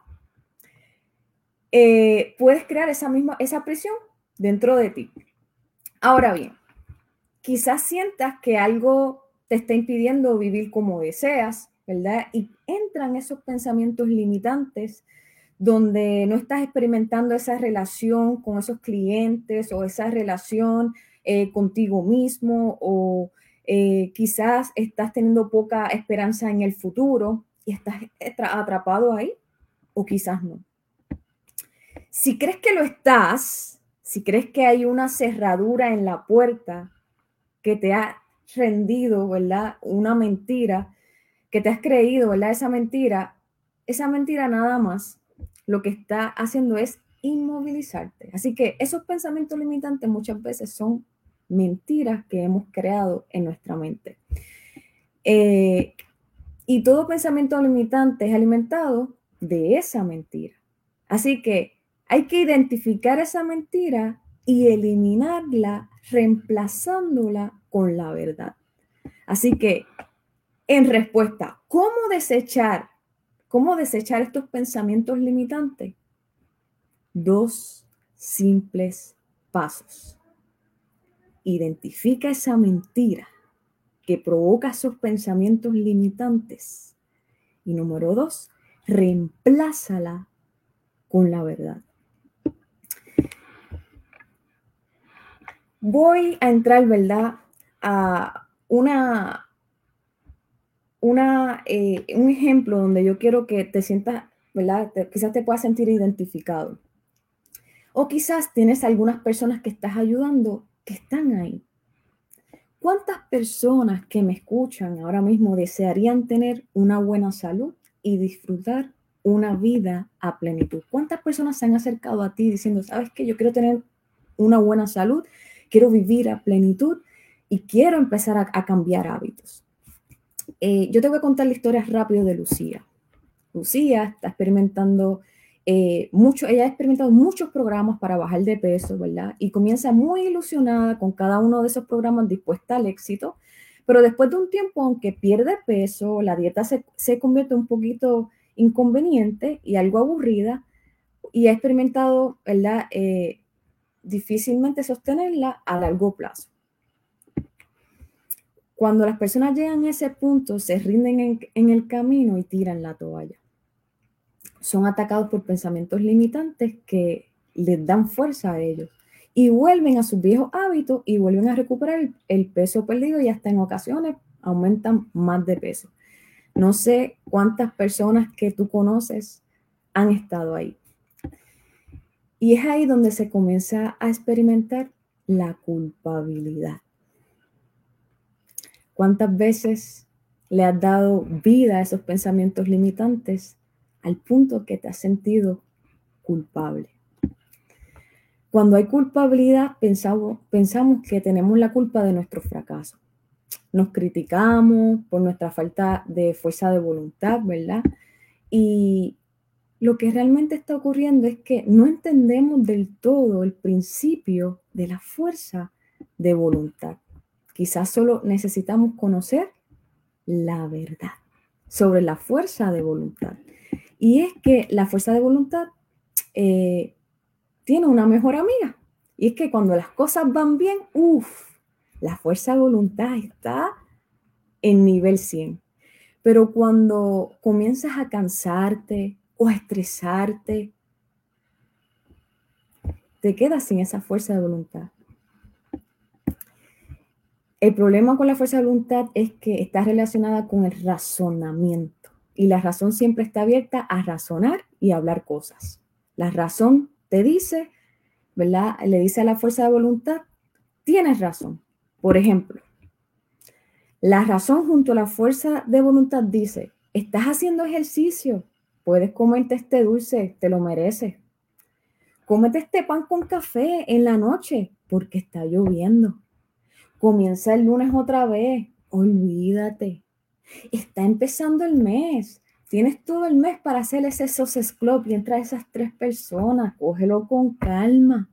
puedes crear esa prisión dentro de ti. Ahora bien, quizás sientas que algo te está impidiendo vivir como deseas, ¿verdad? Y entran esos pensamientos limitantes donde no estás experimentando esa relación con esos clientes o esa relación contigo mismo, o quizás estás teniendo poca esperanza en el futuro y estás atrapado ahí, o quizás no. Si crees que lo estás, si crees que hay una cerradura en la puerta que te ha rendido, ¿verdad? Una mentira, que te has creído, ¿verdad? Esa mentira nada más lo que está haciendo es inmovilizarte. Así que esos pensamientos limitantes muchas veces son mentiras que hemos creado en nuestra mente. Y todo pensamiento limitante es alimentado de esa mentira. Así que hay que identificar esa mentira y eliminarla, reemplazándola con la verdad. Así que, en respuesta, ¿cómo desechar estos pensamientos limitantes? 2 simples pasos. Identifica esa mentira que provoca esos pensamientos limitantes. Y número 2, reemplázala con la verdad. Voy a entrar, ¿verdad?, a un ejemplo donde yo quiero que te sientas, ¿verdad? Quizás te puedas sentir identificado. O quizás tienes algunas personas que estás ayudando que están ahí. ¿Cuántas personas que me escuchan ahora mismo desearían tener una buena salud y disfrutar una vida a plenitud? ¿Cuántas personas se han acercado a ti diciendo, sabes qué, yo quiero tener una buena salud, quiero vivir a plenitud y quiero empezar a cambiar hábitos? Yo te voy a contar la historia rápido de Lucía. Lucía está experimentando ella ha experimentado muchos programas para bajar de peso, ¿verdad? Y comienza muy ilusionada con cada uno de esos programas, dispuesta al éxito, pero después de un tiempo, aunque pierde peso, la dieta se convierte un poquito inconveniente y algo aburrida, y ha experimentado, ¿verdad?, difícilmente sostenerla a largo plazo. Cuando las personas llegan a ese punto, se rinden en el camino y tiran la toalla. Son atacados por pensamientos limitantes que les dan fuerza a ellos y vuelven a sus viejos hábitos y vuelven a recuperar el peso perdido, y hasta en ocasiones aumentan más de peso. No sé cuántas personas que tú conoces han estado ahí. Y es ahí donde se comienza a experimentar la culpabilidad. ¿Cuántas veces le has dado vida a esos pensamientos limitantes al punto que te has sentido culpable? Cuando hay culpabilidad, pensamos que tenemos la culpa de nuestro fracaso. Nos criticamos por nuestra falta de fuerza de voluntad, ¿verdad? Y lo que realmente está ocurriendo es que no entendemos del todo el principio de la fuerza de voluntad. Quizás solo necesitamos conocer la verdad sobre la fuerza de voluntad. Y es que la fuerza de voluntad tiene una mejor amiga. Y es que cuando las cosas van bien, la fuerza de voluntad está en nivel 100. Pero cuando comienzas a cansarte o a estresarte, te quedas sin esa fuerza de voluntad. El problema con la fuerza de voluntad es que está relacionada con el razonamiento. y la razón siempre está abierta a razonar y a hablar cosas. La razón te dice, ¿verdad? Le dice a la fuerza de voluntad, tienes razón. Por ejemplo, la razón junto a la fuerza de voluntad dice, estás haciendo ejercicio, puedes comerte este dulce, te lo mereces. Cómete este pan con café en la noche porque está lloviendo. Comienza el lunes otra vez, olvídate. Está empezando el mes. Tienes todo el mes para hacer ese Success Club y entre esas 3 personas. Cógelo con calma.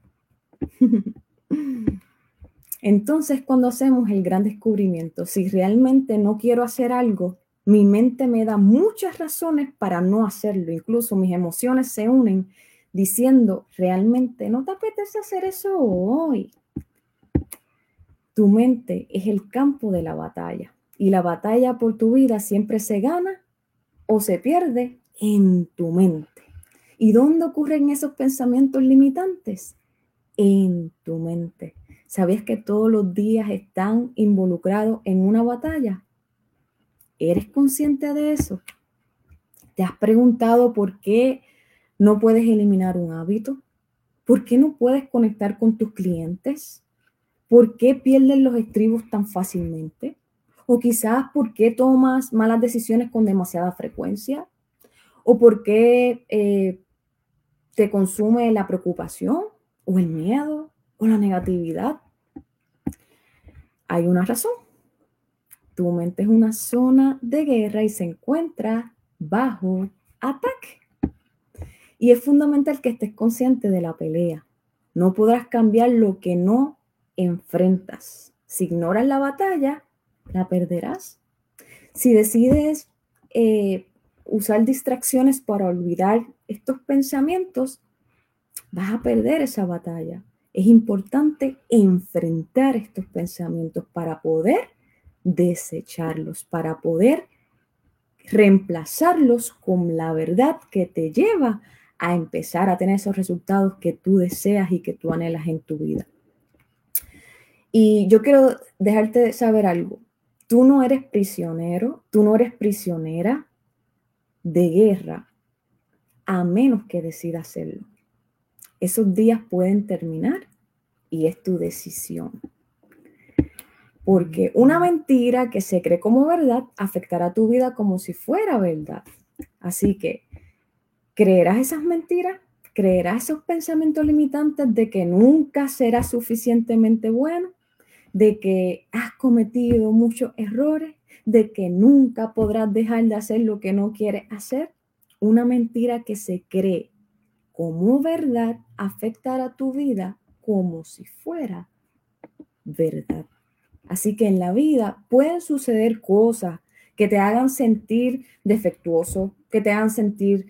Entonces, cuando hacemos el gran descubrimiento, si realmente no quiero hacer algo, mi mente me da muchas razones para no hacerlo. Incluso mis emociones se unen diciendo, realmente no te apetece hacer eso hoy. Tu mente es el campo de la batalla. Y la batalla por tu vida siempre se gana o se pierde en tu mente. ¿Y dónde ocurren esos pensamientos limitantes? En tu mente. ¿Sabías que todos los días están involucrados en una batalla? ¿Eres consciente de eso? ¿Te has preguntado por qué no puedes eliminar un hábito? ¿Por qué no puedes conectar con tus clientes? ¿Por qué pierdes los estribos tan fácilmente? O quizás ¿por qué tomas malas decisiones con demasiada frecuencia? ¿O por qué te consume la preocupación o el miedo o la negatividad? Hay una razón. Tu mente es una zona de guerra y se encuentra bajo ataque. Y es fundamental que estés consciente de la pelea. No podrás cambiar lo que no enfrentas. Si ignoras la batalla, la perderás. Si decides usar distracciones para olvidar estos pensamientos, vas a perder esa batalla. Es importante enfrentar estos pensamientos para poder desecharlos, para poder reemplazarlos con la verdad que te lleva a empezar a tener esos resultados que tú deseas y que tú anhelas en tu vida. Y yo quiero dejarte saber algo. Tú no eres prisionero, tú no eres prisionera de guerra, a menos que decidas hacerlo. Esos días pueden terminar y es tu decisión. Porque una mentira que se cree como verdad afectará tu vida como si fuera verdad. Así que, ¿creerás esas mentiras? ¿Creerás esos pensamientos limitantes de que nunca serás suficientemente bueno? ¿De que has cometido muchos errores? ¿De que nunca podrás dejar de hacer lo que no quieres hacer? Una mentira que se cree como verdad afectará tu vida como si fuera verdad. Así que en la vida pueden suceder cosas que te hagan sentir defectuoso, que te hagan sentir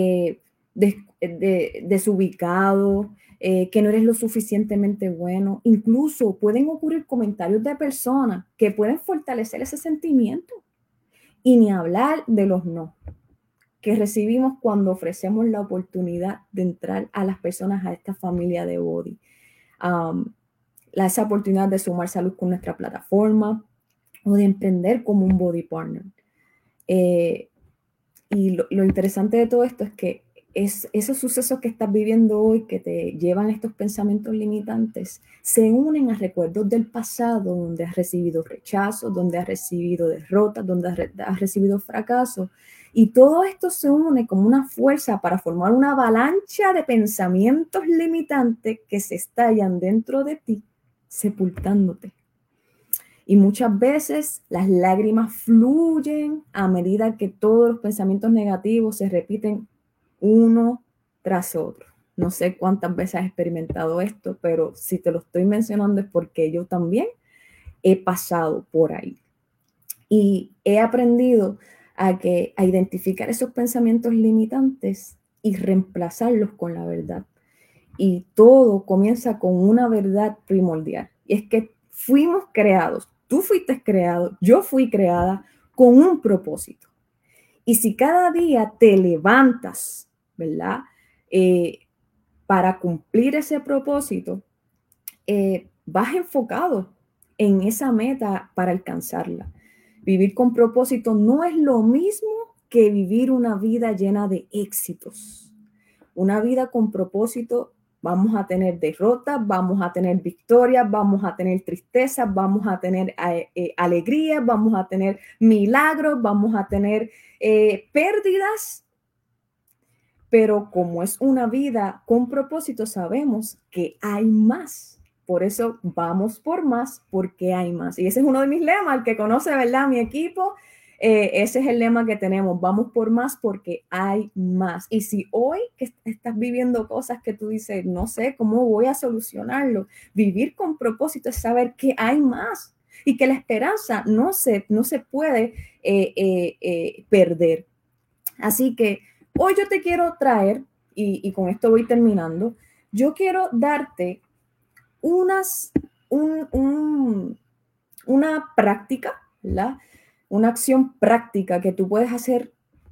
desubicado, que no eres lo suficientemente bueno. Incluso pueden ocurrir comentarios de personas que pueden fortalecer ese sentimiento. Y ni hablar de los no que recibimos cuando ofrecemos la oportunidad de entrar a las personas a esta familia de Body. Esa oportunidad de sumar salud con nuestra plataforma o de emprender como un Body Partner. Y lo interesante de todo esto es que esos sucesos que estás viviendo hoy que te llevan a estos pensamientos limitantes se unen a recuerdos del pasado donde has recibido rechazos, donde has recibido derrotas, donde has recibido fracasos. Y todo esto se une como una fuerza para formar una avalancha de pensamientos limitantes que se estallan dentro de ti, sepultándote. Y muchas veces las lágrimas fluyen a medida que todos los pensamientos negativos se repiten uno tras otro. No sé cuántas veces has experimentado esto, pero si te lo estoy mencionando es porque yo también he pasado por ahí. Y he aprendido a identificar esos pensamientos limitantes y reemplazarlos con la verdad. Y todo comienza con una verdad primordial. Y es que fuimos creados, tú fuiste creado, yo fui creada con un propósito. Y si cada día te levantas, ¿verdad? Para cumplir ese propósito, vas enfocado en esa meta para alcanzarla. Vivir con propósito no es lo mismo que vivir una vida llena de éxitos. Una vida con propósito. Vamos a tener derrotas, vamos a tener victorias, vamos a tener tristezas, vamos a tener alegrías, vamos a tener milagros, vamos a tener pérdidas. Pero como es una vida con propósito, sabemos que hay más. Por eso vamos por más, porque hay más. Y ese es uno de mis lemas, el que conoce, ¿verdad? Mi equipo, ese es el lema que tenemos. Vamos por más porque hay más. Y si hoy que estás viviendo cosas que tú dices, no sé cómo voy a solucionarlo, vivir con propósito es saber que hay más y que la esperanza no se puede perder. Así que hoy yo te quiero traer, y con esto voy terminando, yo quiero darte una práctica, ¿verdad? Una acción práctica que tú puedes hacer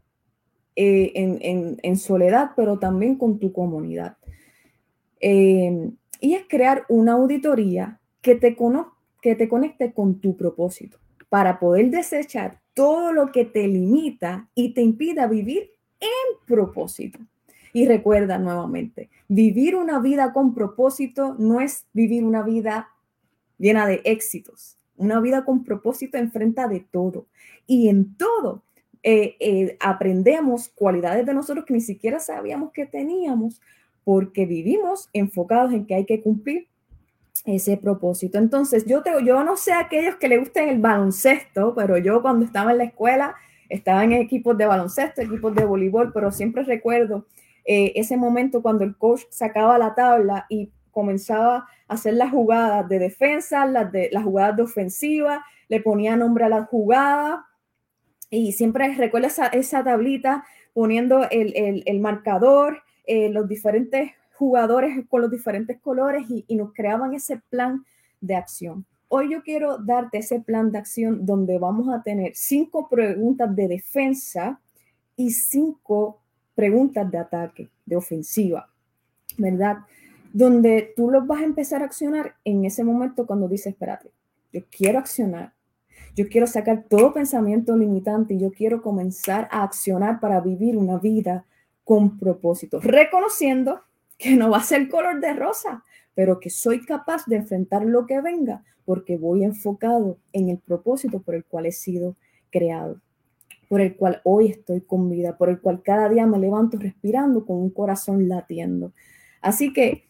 en soledad, pero también con tu comunidad. Y es crear una auditoría que te conecte con tu propósito para poder desechar todo lo que te limita y te impida vivir en propósito. Y recuerda nuevamente, vivir una vida con propósito no es vivir una vida llena de éxitos. Una vida con propósito enfrenta de todo. Y en todo aprendemos cualidades de nosotros que ni siquiera sabíamos que teníamos porque vivimos enfocados en que hay que cumplir ese propósito. Entonces, yo no sé a aquellos que les gusten el baloncesto, pero yo cuando estaba en la escuela estaba en equipos de baloncesto, equipos de voleibol, pero siempre recuerdo ese momento cuando el coach sacaba la tabla y comenzaba a hacer las jugadas de defensa, las jugadas de ofensiva, le ponía nombre a la jugada y siempre recuerdo esa tablita poniendo el marcador, los diferentes jugadores con los diferentes colores y nos creaban ese plan de acción. Hoy yo quiero darte ese plan de acción donde vamos a tener 5 preguntas de defensa y 5 preguntas de ataque, de ofensiva, ¿verdad? Donde tú los vas a empezar a accionar en ese momento cuando dices, espérate, yo quiero accionar, yo quiero sacar todo pensamiento limitante y yo quiero comenzar a accionar para vivir una vida con propósito, reconociendo que no va a ser color de rosa, pero que soy capaz de enfrentar lo que venga porque voy enfocado en el propósito por el cual he sido creado, por el cual hoy estoy con vida, por el cual cada día me levanto respirando con un corazón latiendo. Así que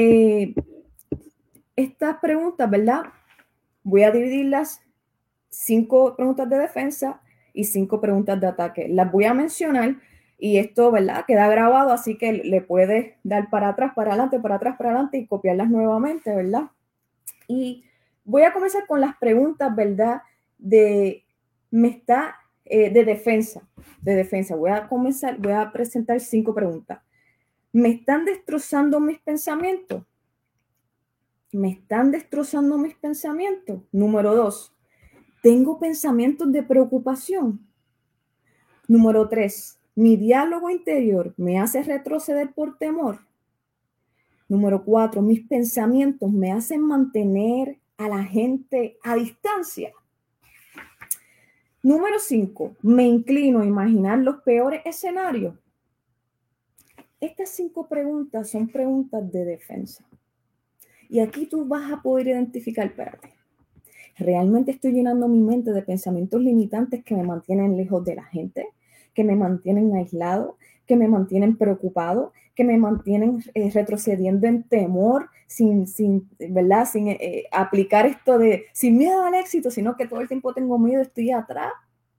estas preguntas, ¿verdad? Voy a dividirlas 5 preguntas de defensa y 5 preguntas de ataque. Las voy a mencionar y esto, ¿verdad? Queda grabado, así que le puedes dar para atrás, para adelante y copiarlas nuevamente, ¿verdad? Y voy a comenzar con las preguntas, ¿verdad? De defensa. Voy a presentar 5 preguntas. ¿Me están destrozando mis pensamientos? ¿Me están destrozando mis pensamientos? Número 2. ¿Tengo pensamientos de preocupación? Número 3. ¿Mi diálogo interior me hace retroceder por temor? Número 4. ¿Mis pensamientos me hacen mantener a la gente a distancia? Número 5. ¿Me inclino a imaginar los peores escenarios? Estas 5 preguntas son preguntas de defensa. Y aquí tú vas a poder identificar, espérate, ¿realmente estoy llenando mi mente de pensamientos limitantes que me mantienen lejos de la gente, que me mantienen aislado, que me mantienen preocupado, que me mantienen retrocediendo en temor, sin aplicar esto de sin miedo al éxito, sino que todo el tiempo tengo miedo, estoy atrás?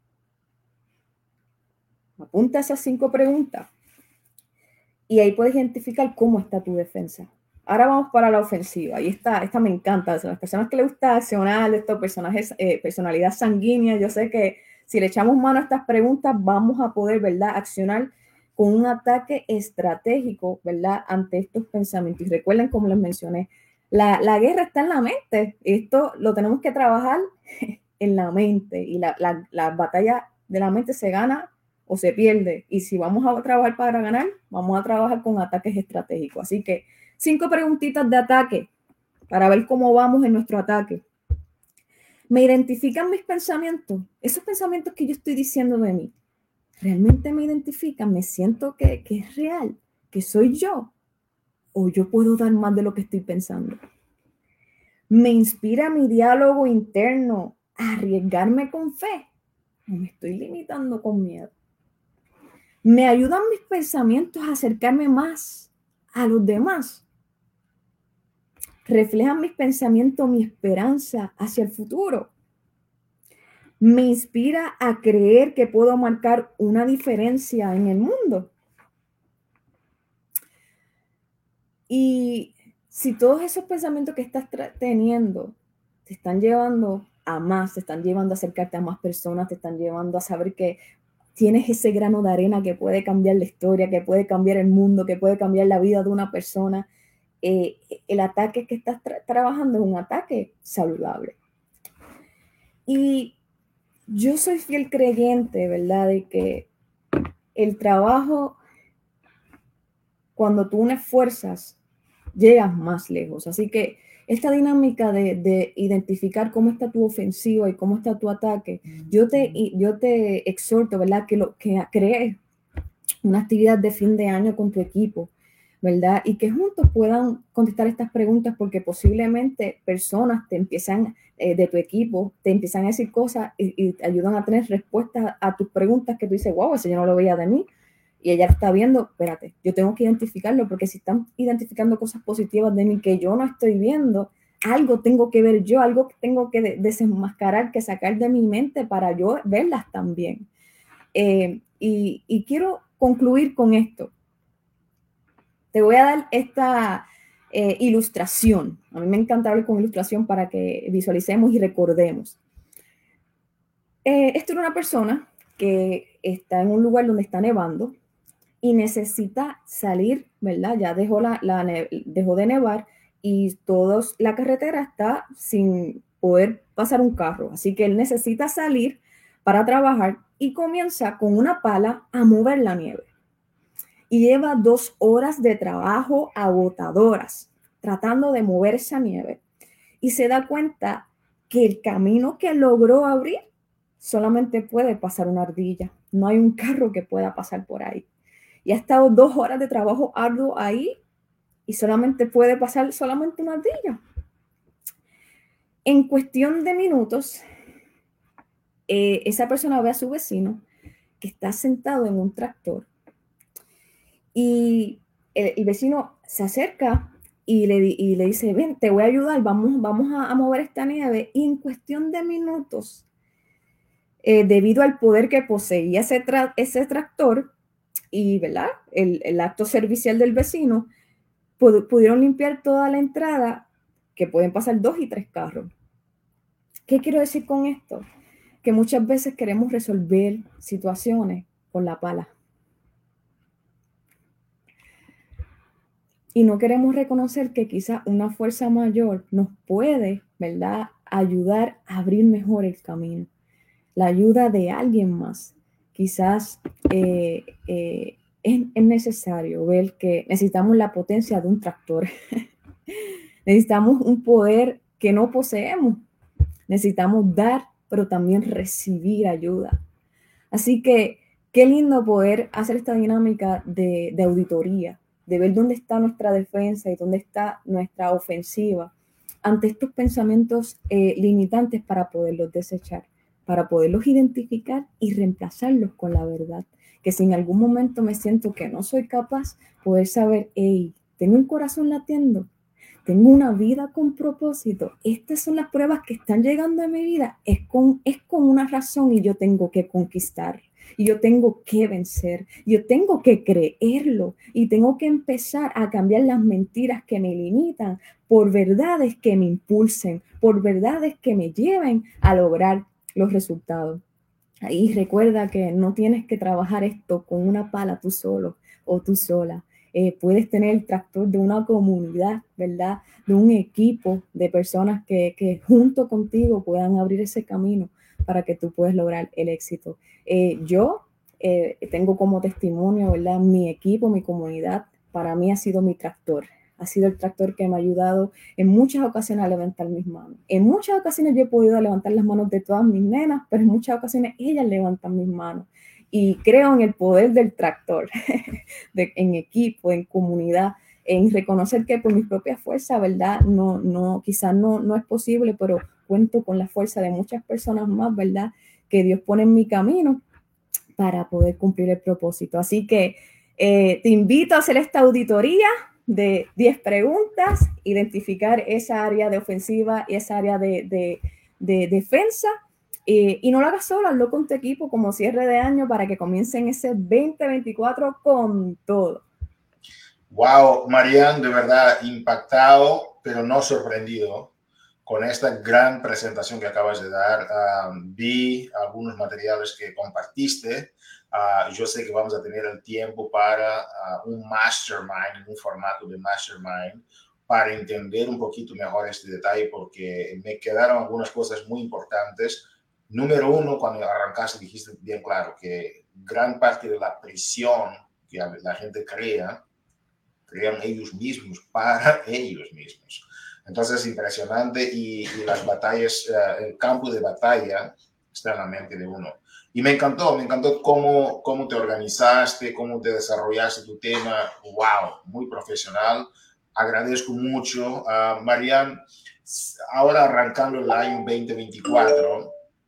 Apunta esas 5 preguntas y ahí puedes identificar cómo está tu defensa. Ahora vamos para la ofensiva y esta me encanta. Las personas que les gusta accionar, estos personajes, personalidad sanguínea, yo sé que si le echamos mano a estas preguntas vamos a poder, ¿verdad?, accionar con un ataque estratégico, ¿verdad?, ante estos pensamientos. Y recuerden, como les mencioné, la guerra está en la mente. Esto lo tenemos que trabajar en la mente y la batalla de la mente se gana o se pierde. Y si vamos a trabajar para ganar, vamos a trabajar con ataques estratégicos. Así que 5 preguntitas de ataque para ver cómo vamos en nuestro ataque. ¿Me identifican mis pensamientos? Esos pensamientos que yo estoy diciendo de mí. ¿Realmente me identifican? ¿Me siento que es real? ¿Que soy yo? ¿O yo puedo dar más de lo que estoy pensando? ¿Me inspira mi diálogo interno a arriesgarme con fe? ¿O me estoy limitando con miedo? ¿Me ayudan mis pensamientos a acercarme más a los demás? ¿Reflejan mis pensamientos mi esperanza hacia el futuro? ¿Me inspira a creer que puedo marcar una diferencia en el mundo? Y si todos esos pensamientos que estás teniendo te están llevando a más, te están llevando a acercarte a más personas, te están llevando a saber que tienes ese grano de arena que puede cambiar la historia, que puede cambiar el mundo, que puede cambiar la vida de una persona, el ataque que estás trabajando es un ataque saludable. Y yo soy fiel creyente, ¿verdad?, de que el trabajo, cuando tú unes fuerzas, llegas más lejos. Así que esta dinámica de identificar cómo está tu ofensiva y cómo está tu ataque, yo te exhorto, ¿verdad?, que crees una actividad de fin de año con tu equipo, ¿verdad? Y que juntos puedan contestar estas preguntas, porque posiblemente personas te empiezan, de tu equipo, te empiezan a decir cosas y te ayudan a tener respuestas a tus preguntas que tú dices, wow, ese yo no lo veía de mí. Y ella está viendo, espérate, yo tengo que identificarlo, porque si están identificando cosas positivas de mí que yo no estoy viendo, algo tengo que ver yo, algo tengo que desenmascarar, que sacar de mi mente para yo verlas también. Y quiero concluir con esto. Te voy a dar esta ilustración. A mí me encanta hablar con ilustración para que visualicemos y recordemos. Esto era una persona que está en un lugar donde está nevando y necesita salir, ¿verdad? Ya dejó dejó de nevar y la carretera está sin poder pasar un carro. Así que él necesita salir para trabajar y comienza con una pala a mover la nieve. Y lleva 2 horas de trabajo agotadoras tratando de mover esa nieve. Y se da cuenta que el camino que logró abrir solamente puede pasar una ardilla. No hay un carro que pueda pasar por ahí. Y ha estado 2 horas de trabajo arduo ahí y solamente puede pasar solamente una ardilla. En cuestión de minutos, esa persona ve a su vecino que está sentado en un tractor. Y el vecino se acerca y le dice, ven, te voy a ayudar, vamos a mover esta nieve. Y en cuestión de minutos, debido al poder que poseía ese tractor y, ¿verdad?, el acto servicial del vecino, pudieron limpiar toda la entrada, que pueden pasar 2 y 3 carros. ¿Qué quiero decir con esto? Que muchas veces queremos resolver situaciones con la pala. Y no queremos reconocer que quizás una fuerza mayor nos puede, ¿verdad?, ayudar a abrir mejor el camino. La ayuda de alguien más. Quizás es necesario ver que necesitamos la potencia de un tractor. Necesitamos un poder que no poseemos. Necesitamos dar, pero también recibir ayuda. Así que qué lindo poder hacer esta dinámica de auditoría, de ver dónde está nuestra defensa y dónde está nuestra ofensiva ante estos pensamientos limitantes, para poderlos desechar, para poderlos identificar y reemplazarlos con la verdad. Que si en algún momento me siento que no soy capaz, poder saber, hey, tengo un corazón latiendo, tengo una vida con propósito, estas son las pruebas que están llegando a mi vida, es con una razón y yo tengo que conquistar. Y yo tengo que vencer, yo tengo que creerlo y tengo que empezar a cambiar las mentiras que me limitan por verdades que me impulsen, por verdades que me lleven a lograr los resultados. Y recuerda que no tienes que trabajar esto con una pala tú solo o tú sola. Puedes tener el tractor de una comunidad, ¿verdad?, de un equipo de personas que junto contigo puedan abrir ese camino para que tú puedas lograr el éxito. Yo tengo como testimonio, ¿verdad?, mi equipo, mi comunidad, para mí ha sido mi tractor. Ha sido el tractor que me ha ayudado en muchas ocasiones a levantar mis manos. En muchas ocasiones yo he podido levantar las manos de todas mis nenas, pero en muchas ocasiones ellas levantan mis manos. y creo en el poder del tractor, en equipo, en comunidad, en reconocer que por mis propias fuerzas, ¿verdad? Quizás no es posible, pero cuento con la fuerza de muchas personas más, ¿verdad? Que Dios pone en mi camino para poder cumplir el propósito. Así que te invito a hacer esta auditoría de 10 preguntas, identificar esa área de ofensiva y esa área de defensa. Y no lo hagas solo, hazlo con tu equipo como cierre de año para que comiencen ese 2024 con todo. Wow, Marian, de verdad impactado, pero no sorprendido con esta gran presentación que acabas de dar. Vi algunos materiales que compartiste. Yo sé que vamos a tener el tiempo para un mastermind, un formato de mastermind, para entender un poquito mejor este detalle, porque me quedaron algunas cosas muy importantes. Número uno, cuando arrancaste dijiste bien claro que gran parte de la prisión que la gente crean ellos mismos para ellos mismos. Entonces es impresionante y las batallas, el campo de batalla está en la mente de uno. Y me encantó cómo te organizaste, cómo te desarrollaste tu tema. Wow, muy profesional. Agradezco mucho. Marian, ahora arrancando el año 2024,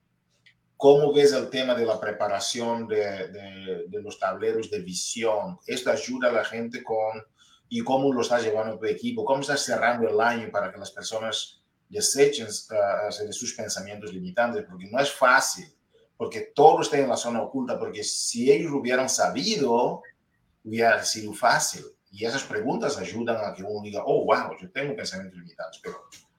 ¿cómo ves el tema de la preparación de los tableros de visión? ¿Esto ayuda a la gente y cómo lo estás llevando a tu equipo? ¿Cómo estás cerrando el año para que las personas desechen de sus pensamientos limitantes? Porque no es fácil, porque todo está en la zona oculta, porque si ellos hubieran sabido, hubiera sido fácil. Y esas preguntas ayudan a que uno diga, oh, wow, yo tengo pensamientos limitantes, pero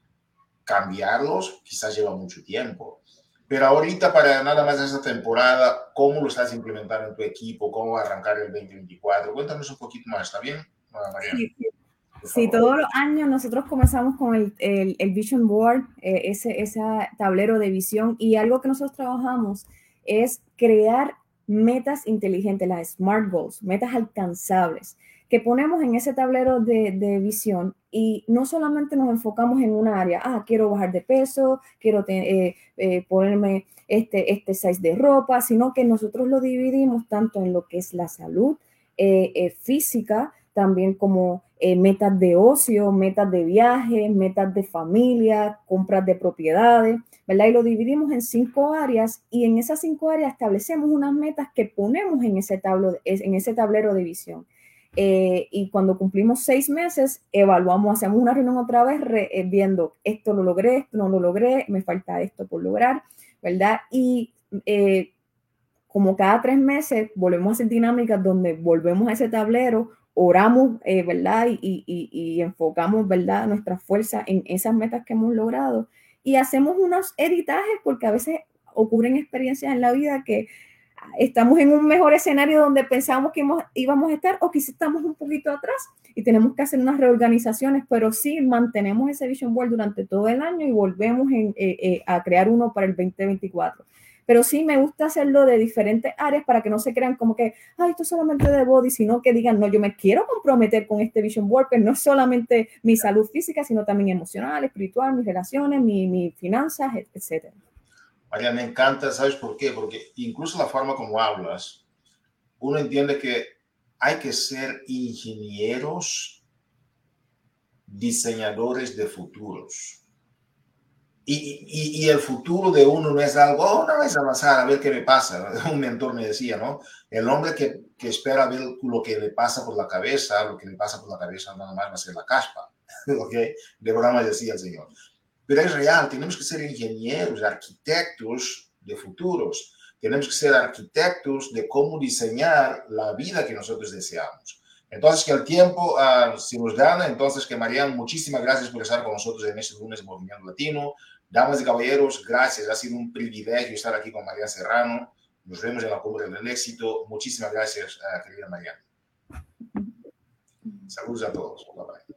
cambiarlos quizás lleva mucho tiempo. Pero ahorita, para nada más esta temporada, ¿cómo lo estás implementando en tu equipo? ¿Cómo va a arrancar el 2024? Cuéntanos un poquito más, ¿está bien, Mariana? Sí, todos los años nosotros comenzamos con el Vision Board, ese tablero de visión, y algo que nosotros trabajamos es crear metas inteligentes, las SMART Goals, metas alcanzables, que ponemos en ese tablero de visión, y no solamente nos enfocamos en una área, quiero bajar de peso, quiero ponerme este size de ropa, sino que nosotros lo dividimos tanto en lo que es la salud física, también como metas de ocio, metas de viaje, metas de familia, compras de propiedades, ¿verdad? Y lo dividimos en 5 áreas, y en esas 5 áreas establecemos unas metas que ponemos en ese tablero de visión. Y cuando cumplimos 6 meses, evaluamos, hacemos una reunión otra vez viendo esto lo logré, esto no lo logré, me falta esto por lograr, ¿verdad? Y como cada 3 meses volvemos a hacer dinámicas donde volvemos a ese tablero, oramos, ¿verdad? Y enfocamos, ¿verdad?, nuestra fuerza en esas metas que hemos logrado, y hacemos unos editajes porque a veces ocurren experiencias en la vida que estamos en un mejor escenario donde pensábamos que íbamos a estar, o quizás estamos un poquito atrás y tenemos que hacer unas reorganizaciones, pero sí mantenemos ese Vision Board durante todo el año y volvemos a crear uno para el 2024. Pero sí me gusta hacerlo de diferentes áreas para que no se crean como que, esto es solamente de body, sino que digan, no, yo me quiero comprometer con este Vision Board, pero no es solamente mi salud física, sino también emocional, espiritual, mis relaciones, mis finanzas, etc. María, me encanta, ¿sabes por qué? Porque incluso la forma como hablas, uno entiende que hay que ser ingenieros, diseñadores de futuros. Y el futuro de uno no es algo, una vez avanzar, a ver qué me pasa. Un mentor me decía, ¿no? El hombre que espera a ver lo que le pasa por la cabeza, lo que le pasa por la cabeza nada más va a ser la caspa. ¿Ok? De broma decía el Señor. Pero es real, tenemos que ser ingenieros, arquitectos de futuros. Tenemos que ser arquitectos de cómo diseñar la vida que nosotros deseamos. Entonces, que el tiempo se nos gana. Entonces, que Marian, muchísimas gracias por estar con nosotros en este lunes de Movimiento Latino. Damas y caballeros, gracias. Ha sido un privilegio estar aquí con Marian Serrano. Nos vemos en la Cumbre del Éxito. Muchísimas gracias, querida Marian. Saludos a todos. Bye bye.